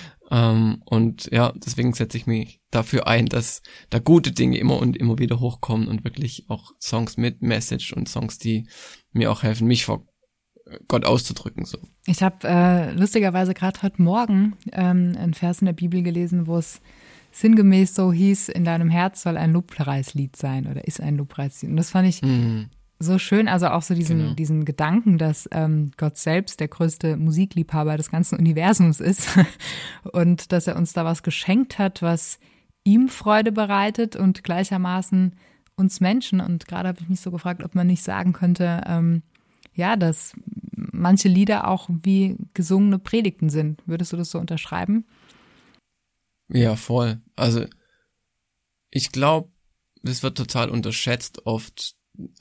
Und ja, deswegen setze ich mich dafür ein, dass da gute Dinge immer und immer wieder hochkommen und wirklich auch Songs mit Message und Songs, die mir auch helfen, mich vor Gott auszudrücken. So. Ich habe lustigerweise gerade heute Morgen einen Vers in der Bibel gelesen, wo es sinngemäß so hieß, in deinem Herz soll ein Lobpreislied sein oder ist ein Lobpreislied. Und das fand ich so schön, also auch so diesen Gedanken, dass Gott selbst der größte Musikliebhaber des ganzen Universums ist und dass er uns da was geschenkt hat, was ihm Freude bereitet und gleichermaßen uns Menschen. Und gerade habe ich mich so gefragt, ob man nicht sagen könnte, dass manche Lieder auch wie gesungene Predigten sind. Würdest du das so unterschreiben? Ja, voll. Also ich glaube, das wird total unterschätzt oft,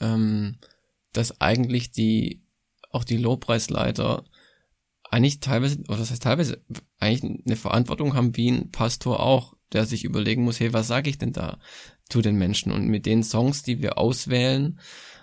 dass eigentlich die Lobpreisleiter eigentlich teilweise, oder das heißt teilweise, eigentlich eine Verantwortung haben wie ein Pastor auch, der sich überlegen muss, hey, was sage ich denn da zu den Menschen? Und mit den Songs, die wir auswählen,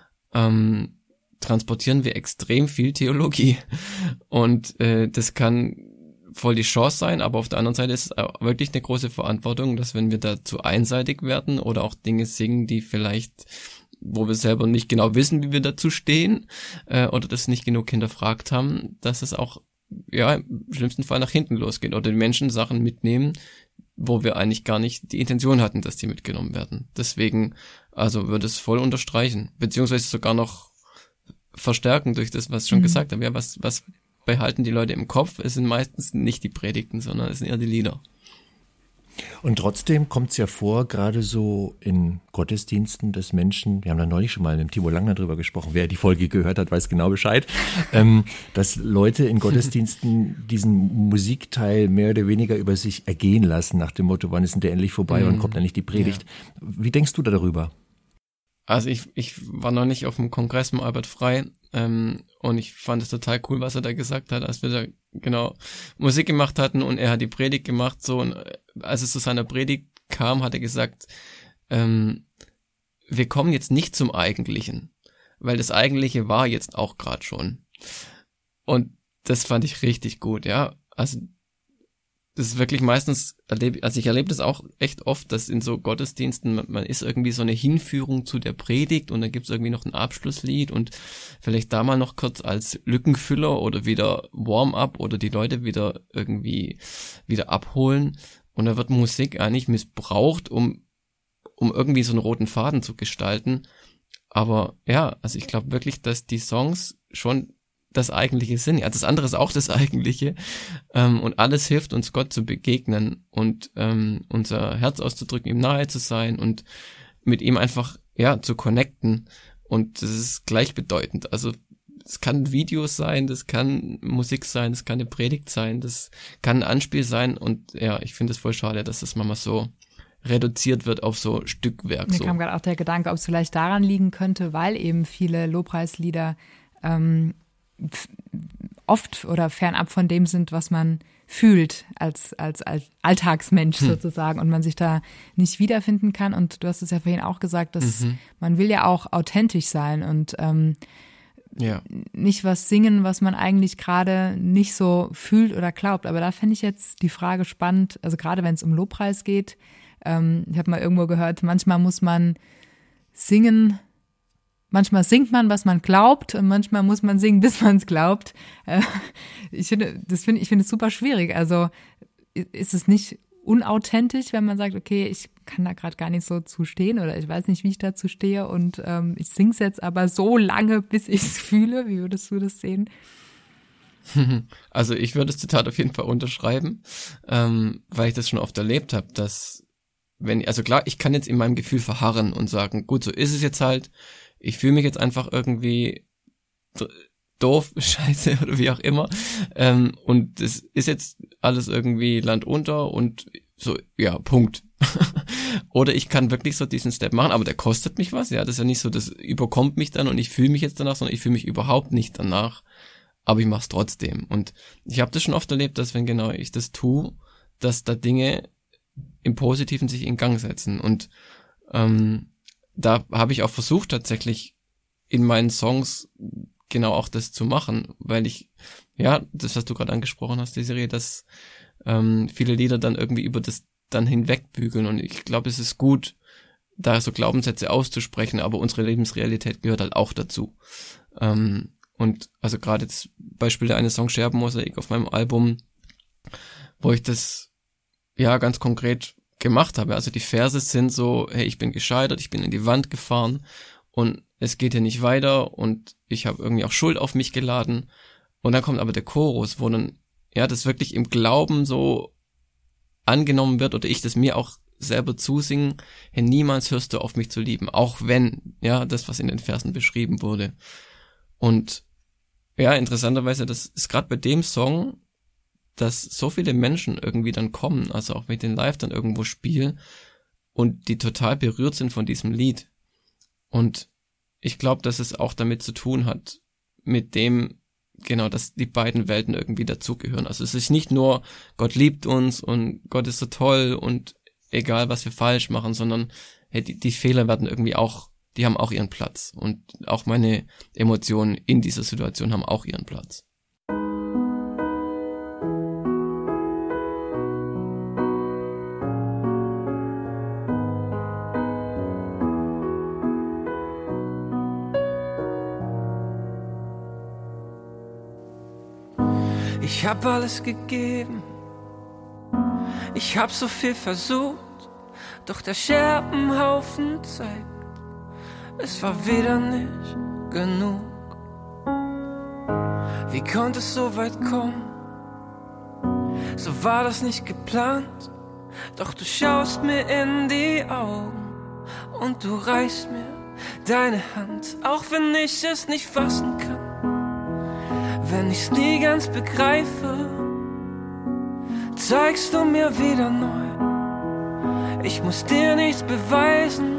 transportieren wir extrem viel Theologie. Und das kann voll die Chance sein, aber auf der anderen Seite ist es wirklich eine große Verantwortung, dass wenn wir da zu einseitig werden oder auch Dinge singen, die vielleicht, wo wir selber nicht genau wissen, wie wir dazu stehen oder das nicht genug hinterfragt haben, dass es auch im schlimmsten Fall nach hinten losgeht oder die Menschen Sachen mitnehmen, wo wir eigentlich gar nicht die Intention hatten, dass die mitgenommen werden. Deswegen, also würde es voll unterstreichen, beziehungsweise sogar noch verstärken durch das, was ich schon gesagt habe. Ja, was behalten die Leute im Kopf? Es sind meistens nicht die Predigten, sondern es sind eher die Lieder. Und trotzdem kommt es ja vor, gerade so in Gottesdiensten, dass Menschen, wir haben da neulich schon mal mit Timo Langner drüber gesprochen, wer die Folge gehört hat, weiß genau Bescheid, dass Leute in Gottesdiensten diesen Musikteil mehr oder weniger über sich ergehen lassen, nach dem Motto, wann ist denn der endlich vorbei, wann kommt endlich die Predigt? Ja. Wie denkst du da darüber? Also ich war noch nicht auf dem Kongress mit Albert Frey und ich fand es total cool, was er da gesagt hat, als wir da genau Musik gemacht hatten und er hat die Predigt gemacht so und als es zu seiner Predigt kam, hat er gesagt, wir kommen jetzt nicht zum Eigentlichen, weil das Eigentliche war jetzt auch gerade schon. Und das fand ich richtig gut, ja. Also das ist wirklich meistens, ich erlebe das auch echt oft, dass in so Gottesdiensten, man ist irgendwie so eine Hinführung zu der Predigt und dann gibt's irgendwie noch ein Abschlusslied und vielleicht da mal noch kurz als Lückenfüller oder wieder Warm-up oder die Leute wieder irgendwie wieder abholen und da wird Musik eigentlich missbraucht, um irgendwie so einen roten Faden zu gestalten. Aber ja, also ich glaube wirklich, dass die Songs schon das Eigentliche sind. Ja, das andere ist auch das Eigentliche. Und alles hilft uns, Gott zu begegnen und unser Herz auszudrücken, ihm nahe zu sein und mit ihm einfach, zu connecten. Und das ist gleichbedeutend. Also kann Videos sein, das kann Musik sein, das kann eine Predigt sein, das kann ein Anspiel sein und ja, ich finde es voll schade, dass das manchmal so reduziert wird auf so Stückwerk. Mir kam gerade auch der Gedanke, ob es vielleicht daran liegen könnte, weil eben viele Lobpreislieder oft oder fernab von dem sind, was man fühlt als Alltagsmensch sozusagen und man sich da nicht wiederfinden kann. Und du hast es ja vorhin auch gesagt, dass man will ja auch authentisch sein und nicht was singen, was man eigentlich gerade nicht so fühlt oder glaubt. Aber da fände ich jetzt die Frage spannend, also gerade wenn es um Lobpreis geht. Ich habe mal irgendwo gehört, manchmal muss man singen, manchmal singt man, was man glaubt und manchmal muss man singen, bis man es glaubt. Ich finde es super schwierig. Also ist es nicht unauthentisch, wenn man sagt, okay, ich kann da gerade gar nicht so zu stehen oder ich weiß nicht, wie ich dazu stehe und ich sing's jetzt aber so lange, bis ich es fühle. Wie würdest du das sehen? Also ich würde das Zitat auf jeden Fall unterschreiben, weil ich das schon oft erlebt habe, dass also klar, ich kann jetzt in meinem Gefühl verharren und sagen, gut, so ist es jetzt halt, ich fühle mich jetzt einfach irgendwie doof, scheiße oder wie auch immer und es ist jetzt alles irgendwie Land unter und so, ja, Punkt. Oder ich kann wirklich so diesen Step machen, aber der kostet mich was, ja, das ist ja nicht so, das überkommt mich dann und ich fühle mich jetzt danach, sondern ich fühle mich überhaupt nicht danach, aber ich mache es trotzdem und ich habe das schon oft erlebt, dass wenn genau ich das tue, dass da Dinge im Positiven sich in Gang setzen und da habe ich auch versucht tatsächlich in meinen Songs genau auch das zu machen, weil das, was du gerade angesprochen hast, Desiree, dass viele Lieder dann irgendwie über das dann hinwegbügeln und ich glaube, es ist gut, da so Glaubenssätze auszusprechen, aber unsere Lebensrealität gehört halt auch dazu. Und also gerade jetzt Beispiel der eine Song Scherbenmosaik auf meinem Album, wo ich das ja ganz konkret gemacht habe. Also die Verse sind so, hey, ich bin gescheitert, ich bin in die Wand gefahren und es geht hier nicht weiter und ich habe irgendwie auch Schuld auf mich geladen. Und dann kommt aber der Chorus, wo dann das wirklich im Glauben so angenommen wird oder ich das mir auch selber zusingen, hey, niemals hörst du auf mich zu lieben, auch wenn, das, was in den Versen beschrieben wurde. Und interessanterweise, das ist gerade bei dem Song, dass so viele Menschen irgendwie dann kommen, also auch wenn ich den live dann irgendwo spiele und die total berührt sind von diesem Lied. Und ich glaube, dass es auch damit zu tun hat, mit dem, genau, dass die beiden Welten irgendwie dazugehören. Also es ist nicht nur, Gott liebt uns und Gott ist so toll und egal, was wir falsch machen, sondern hey, die Fehler werden irgendwie auch, die haben auch ihren Platz. Und auch meine Emotionen in dieser Situation haben auch ihren Platz. Ich hab alles gegeben, ich hab so viel versucht, doch der Scherbenhaufen zeigt, es war wieder nicht genug. Wie konnte es so weit kommen? So war das nicht geplant, doch du schaust mir in die Augen und du reichst mir deine Hand, auch wenn ich es nicht fassen kann. Wenn ich's nie ganz begreife, zeigst du mir wieder neu. Ich muss dir nichts beweisen.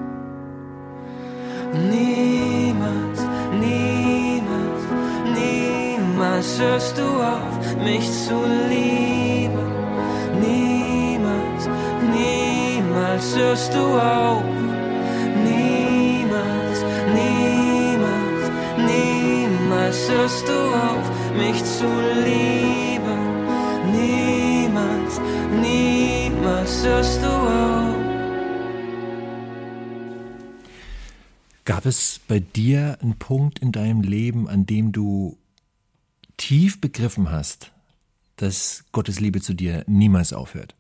Niemals, niemals, niemals hörst du auf, mich zu lieben. Niemals, niemals hörst du auf. Niemals, niemals, niemals hörst du auf, mich zu lieben. Niemals, niemals hörst du auf. Gab es bei dir einen Punkt in deinem Leben, an dem du tief begriffen hast, dass Gottes Liebe zu dir niemals aufhört?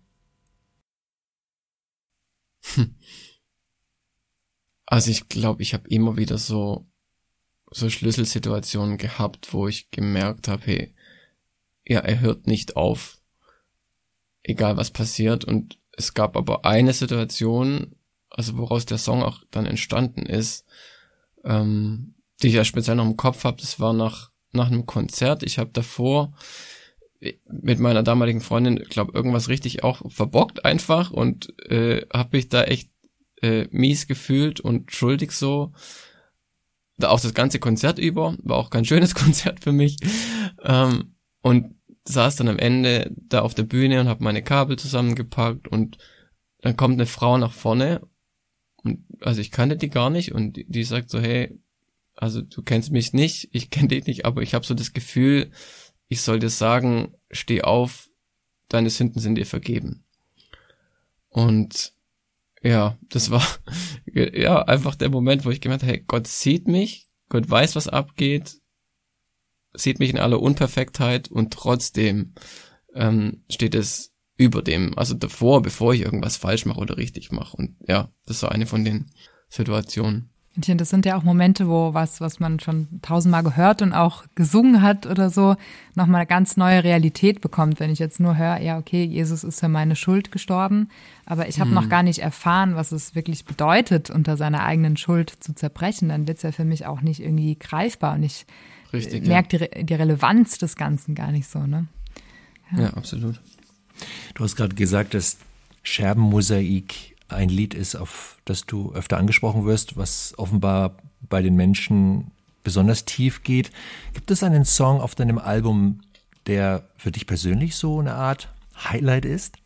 Also ich glaube, ich habe immer wieder so Schlüsselsituationen gehabt, wo ich gemerkt habe, hey, ja, er hört nicht auf, egal was passiert. Und es gab aber eine Situation, also woraus der Song auch dann entstanden ist, die ich ja speziell noch im Kopf habe, das war nach einem Konzert. Ich habe davor mit meiner damaligen Freundin, glaube irgendwas richtig auch verbockt einfach und habe mich da echt mies gefühlt und schuldig so. Da auch das ganze Konzert über, war auch kein schönes Konzert für mich. Und saß dann am Ende da auf der Bühne und habe meine Kabel zusammengepackt und dann kommt eine Frau nach vorne und also ich kannte die gar nicht und die sagt so, hey, also du kennst mich nicht, ich kenne dich nicht, aber ich habe so das Gefühl, ich soll dir sagen, steh auf, deine Sünden sind dir vergeben. Und ja, das war ja einfach der Moment, wo ich gemerkt habe, hey, Gott sieht mich, Gott weiß, was abgeht, sieht mich in aller Unperfektheit und trotzdem steht es über dem, also davor, bevor ich irgendwas falsch mache oder richtig mache. Und ja, das war eine von den Situationen. Das sind ja auch Momente, wo was man schon 1000-mal gehört und auch gesungen hat oder so, nochmal eine ganz neue Realität bekommt. Wenn ich jetzt nur höre, ja, okay, Jesus ist für meine Schuld gestorben, aber ich habe noch gar nicht erfahren, was es wirklich bedeutet, unter seiner eigenen Schuld zu zerbrechen, dann wird's ja für mich auch nicht irgendwie greifbar und ich merke die Relevanz des Ganzen gar nicht so, ne? Ja, absolut. Du hast gerade gesagt, dass Scherbenmosaik ein Lied ist, auf das du öfter angesprochen wirst, was offenbar bei den Menschen besonders tief geht. Gibt es einen Song auf deinem Album, der für dich persönlich so eine Art Highlight ist?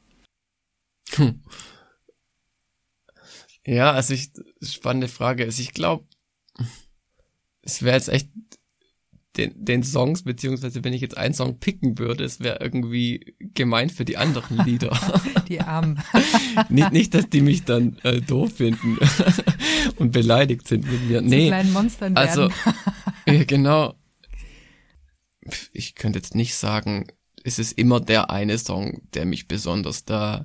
Ja, also spannende Frage. Also ich glaube, es wäre jetzt echt den Songs, beziehungsweise wenn ich jetzt einen Song picken würde, es wäre irgendwie gemein für die anderen Lieder. Die Armen. nicht, dass die mich dann doof finden und beleidigt sind mit mir. Nee, kleinen Monstern werden. Also, ja, genau. Ich könnte jetzt nicht sagen, es ist immer der eine Song, der mich besonders da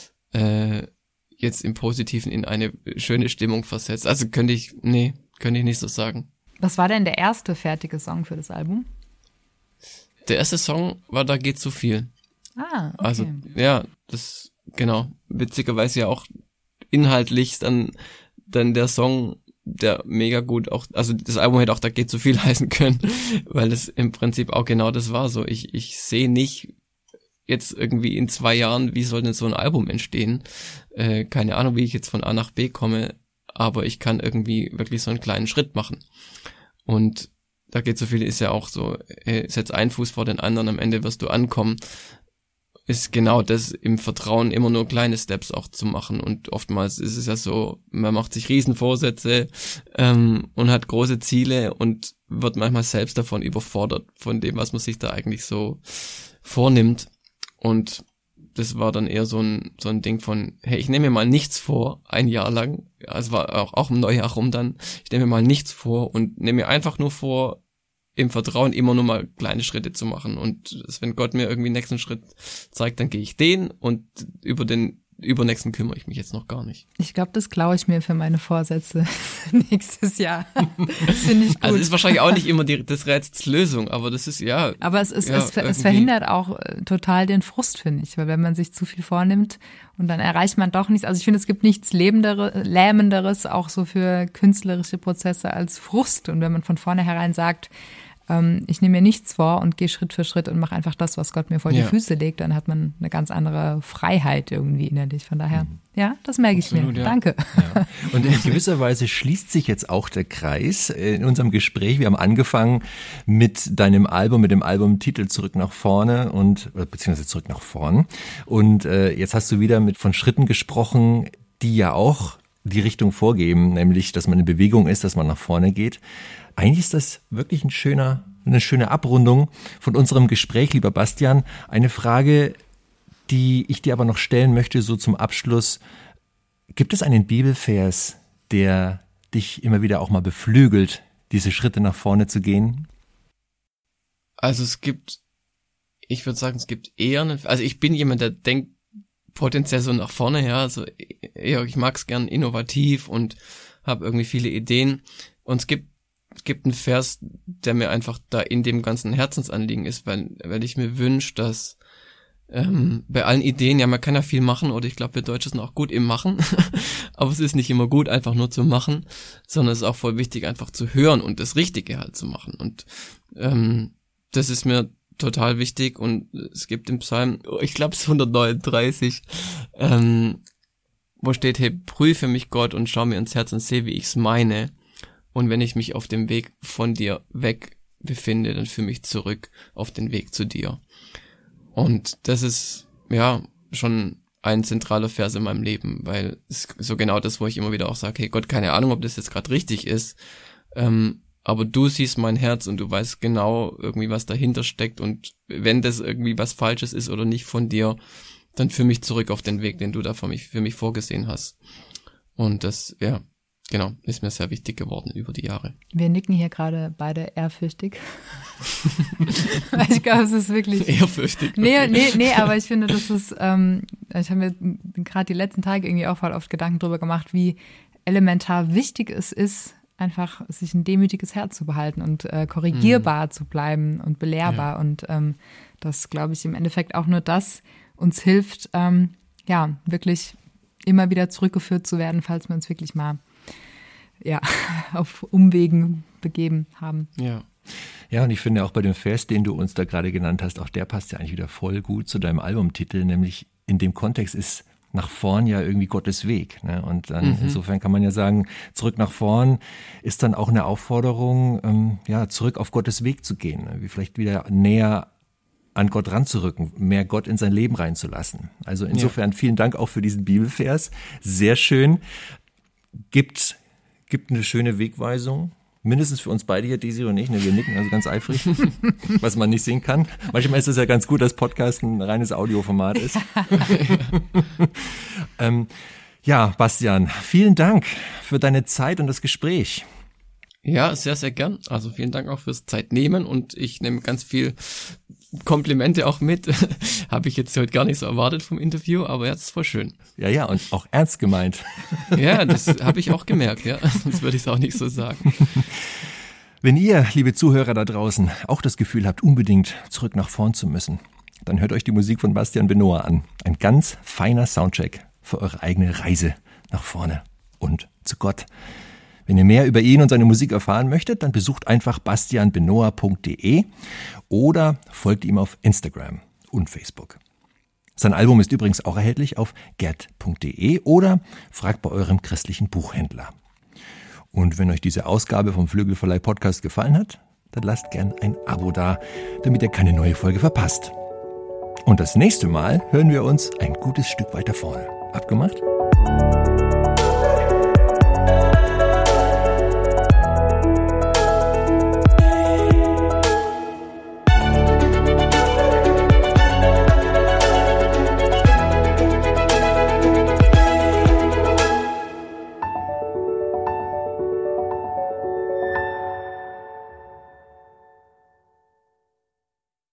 jetzt im Positiven in eine schöne Stimmung versetzt. Also könnte ich nicht so sagen. Was war denn der erste fertige Song für das Album? Der erste Song war Da geht so viel. Ah, okay. Also, ja, das, genau. Witzigerweise ja auch inhaltlich dann der Song, der mega gut auch, also das Album hätte auch Da geht so viel heißen können, weil es im Prinzip auch genau das war so. Ich sehe nicht jetzt irgendwie in 2 Jahren, wie soll denn so ein Album entstehen? Keine Ahnung, wie ich jetzt von A nach B komme, aber ich kann irgendwie wirklich so einen kleinen Schritt machen. Und Da geht so viel ist ja auch so, setz einen Fuß vor den anderen, am Ende wirst du ankommen. Ist genau das, im Vertrauen immer nur kleine Steps auch zu machen. Und oftmals ist es ja so, man macht sich Riesenvorsätze und hat große Ziele und wird manchmal selbst davon überfordert, von dem, was man sich da eigentlich so vornimmt. Und das war dann eher so ein Ding von, hey, ich nehme mir mal nichts vor, 1 Jahr lang, also war auch im Neujahr rum dann, ich nehme mir mal nichts vor und nehme mir einfach nur vor, im Vertrauen immer nur mal kleine Schritte zu machen und wenn Gott mir irgendwie den nächsten Schritt zeigt, dann gehe ich den und über den übernächsten kümmere ich mich jetzt noch gar nicht. Ich glaube, das klaue ich mir für meine Vorsätze nächstes Jahr. Das finde ich gut. Also ist wahrscheinlich auch nicht immer das Rätsels Lösung, aber das ist ja. Aber es verhindert auch total den Frust, finde ich, weil wenn man sich zu viel vornimmt und dann erreicht man doch nichts. Also ich finde, es gibt nichts Lähmenderes auch so für künstlerische Prozesse als Frust. Und wenn man von vornherein sagt, ich nehme mir nichts vor und gehe Schritt für Schritt und mache einfach das, was Gott mir vor die Füße legt, dann hat man eine ganz andere Freiheit irgendwie innerlich. Von daher, ja, das merke ich mir. Ja. Danke. Ja. Und in gewisser Weise schließt sich jetzt auch der Kreis in unserem Gespräch. Wir haben angefangen mit deinem Album, mit dem Albumtitel Zurück nach vorne beziehungsweise Zurück nach vorn. Und jetzt hast du wieder von Schritten gesprochen, die ja auch die Richtung vorgeben, nämlich, dass man in Bewegung ist, dass man nach vorne geht. Eigentlich ist das wirklich eine schöne Abrundung von unserem Gespräch, lieber Bastian. Eine Frage, die ich dir aber noch stellen möchte, so zum Abschluss. Gibt es einen Bibelvers, der dich immer wieder auch mal beflügelt, diese Schritte nach vorne zu gehen? Also ich würde sagen, es gibt eher also ich bin jemand, der denkt potenziell so nach vorne, ja, also eher, ich mag es gern innovativ und habe irgendwie viele Ideen. Und es gibt einen Vers, der mir einfach da in dem ganzen Herzensanliegen ist, weil ich mir wünsche, dass bei allen Ideen, ja, man kann ja viel machen, oder ich glaube, wir Deutsche sind auch gut im Machen, aber es ist nicht immer gut, einfach nur zu machen, sondern es ist auch voll wichtig, einfach zu hören und das Richtige halt zu machen. Und das ist mir total wichtig, und es gibt im Psalm, ich glaube es ist 139, wo steht, hey, prüfe mich Gott und schau mir ins Herz und sehe, wie ich's meine. Und wenn ich mich auf dem Weg von dir weg befinde, dann führe mich zurück auf den Weg zu dir. Und das ist, ja, schon ein zentraler Vers in meinem Leben, weil es ist so genau das, wo ich immer wieder auch sage, hey Gott, keine Ahnung, ob das jetzt gerade richtig ist, aber du siehst mein Herz und du weißt genau irgendwie, was dahinter steckt, und wenn das irgendwie was Falsches ist oder nicht von dir, dann führe mich zurück auf den Weg, den du da für mich vorgesehen hast. Und das, ja, genau, ist mir sehr wichtig geworden über die Jahre. Wir nicken hier gerade beide ehrfürchtig. Ich glaube, es ist wirklich... Ehrfürchtig. Nee, aber ich finde, das ist, ich habe mir gerade die letzten Tage irgendwie auch voll oft Gedanken drüber gemacht, wie elementar wichtig es ist, einfach sich ein demütiges Herz zu behalten und korrigierbar zu bleiben und belehrbar. Ja. Und das, glaube ich, im Endeffekt auch nur das uns hilft, wirklich immer wieder zurückgeführt zu werden, falls wir uns wirklich mal auf Umwegen begeben haben. Ja. Ja, und ich finde auch bei dem Vers, den du uns da gerade genannt hast, auch der passt ja eigentlich wieder voll gut zu deinem Albumtitel, nämlich in dem Kontext ist nach vorn ja irgendwie Gottes Weg. Ne? Und dann insofern kann man ja sagen, zurück nach vorn ist dann auch eine Aufforderung, zurück auf Gottes Weg zu gehen, ne? Wie vielleicht wieder näher an Gott ranzurücken, mehr Gott in sein Leben reinzulassen. Also insofern vielen Dank auch für diesen Bibelvers. Sehr schön. Gibt eine schöne Wegweisung. Mindestens für uns beide hier, Desi und ich. Ne, wir nicken also ganz eifrig, was man nicht sehen kann. Manchmal ist es ja ganz gut, dass Podcast ein reines Audioformat ist. Bastian, vielen Dank für deine Zeit und das Gespräch. Ja, sehr, sehr gern. Also vielen Dank auch fürs Zeitnehmen, und ich nehme ganz viel Komplimente auch mit. Habe ich jetzt heute gar nicht so erwartet vom Interview, aber jetzt ist voll schön. Ja, und auch ernst gemeint. Ja, das habe ich auch gemerkt, ja. Sonst würde ich es auch nicht so sagen. Wenn ihr, liebe Zuhörer da draußen, auch das Gefühl habt, unbedingt zurück nach vorn zu müssen, dann hört euch die Musik von Bastian Benoa an. Ein ganz feiner Soundcheck für eure eigene Reise nach vorne und zu Gott. Wenn ihr mehr über ihn und seine Musik erfahren möchtet, dann besucht einfach bastianbenoa.de oder folgt ihm auf Instagram und Facebook. Sein Album ist übrigens auch erhältlich auf get.de oder fragt bei eurem christlichen Buchhändler. Und wenn euch diese Ausgabe vom Flügelverleih Podcast gefallen hat, dann lasst gern ein Abo da, damit ihr keine neue Folge verpasst. Und das nächste Mal hören wir uns ein gutes Stück weiter vorne. Abgemacht?